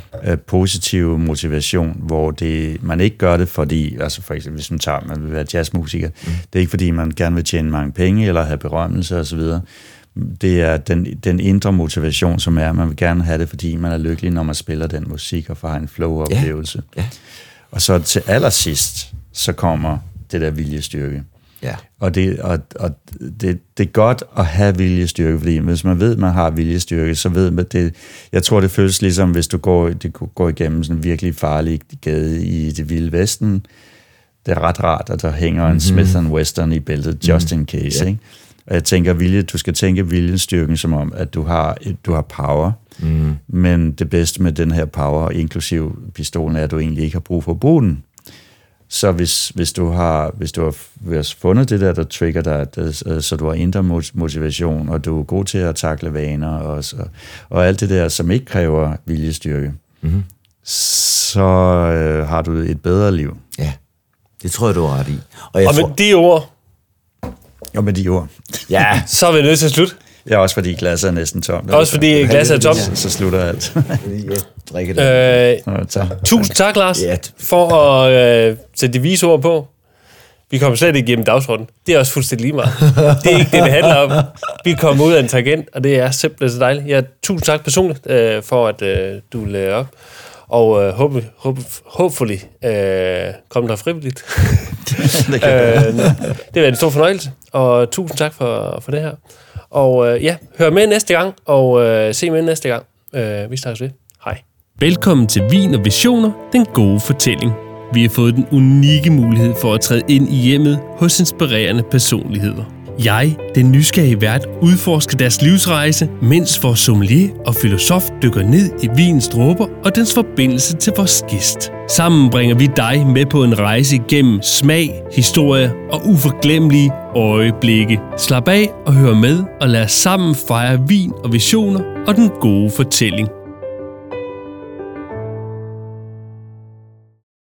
positiv motivation, hvor det, man ikke gør det, fordi, altså for eksempel, hvis man tager, man vil være jazzmusiker, mm. det er ikke fordi, man gerne vil tjene mange penge, eller have berømmelse osv. Det er den, den indre motivation, som er, man vil gerne have det, fordi man er lykkelig, når man spiller den musik, og får en flow-oplevelse. Ja. Ja. Og så til allersidst, så kommer det der viljestyrke. Ja. Og, det, og, og det, det er godt at have viljestyrke, fordi hvis man ved, at man har viljestyrke, så ved man det. Jeg tror, det føles ligesom, hvis du går, det går igennem sådan en virkelig farlig gade i det vilde vesten. Det er ret rart, at der hænger en mm-hmm. Smith and Wesson i bæltet, just mm. in case. Yeah. Ikke? Og jeg tænker, vilje, du skal tænke viljestyrken som om, at du har, du har power. Mm. Men det bedste med den her power, inklusiv pistolen, er, at du egentlig ikke har brug for at bruge den. Så hvis, hvis, du har, hvis du har fundet det der, der trigger dig, det, så du har indre motivation, og du er god til at takle vaner, og, så, og alt det der, som ikke kræver viljestyrke, mm-hmm. så øh, har du et bedre liv. Ja, det tror jeg, du har ret i. Og, jeg og tror... med de ord... Og med de ord. Ja. Så er vi nødt til at slutte. Ja, også fordi glasset er næsten tomt. Også fordi glasset er tomt. Så, så slutter alt. Jeg drikker det. Øh, tak. Tusind tak, Lars, for at øh, sætte de vise ord på. Vi kommer slet ikke igennem dagsordenen. Det er også fuldstændig lige meget. Det er ikke det, det handler om. Vi kommer ud af en tangent, og det er simpelthen så dejligt. Ja, tusind tak personligt øh, for, at øh, du vil op. Og øh, håb, håb, hopefully øh, kom der frivilligt. det, øh, det var en stor fornøjelse, og tusind tak for, for det her. Og øh, ja, hør med næste gang, og øh, se med næste gang. Øh, vi snakkes ved. Hej. Velkommen til Vin og Visioner, den gode fortælling. Vi har fået den unikke mulighed for at træde ind i hjemmet hos inspirerende personligheder. Jeg, den nysgerrige vært, udforsker deres livsrejse, mens vores sommelier og filosof dykker ned i vinens dråber og dens forbindelse til vores gæst. Sammen bringer vi dig med på en rejse igennem smag, historie og uforglemmelige øjeblikke. Slap af og hør med, og lad os sammen fejre vin og visioner og den gode fortælling.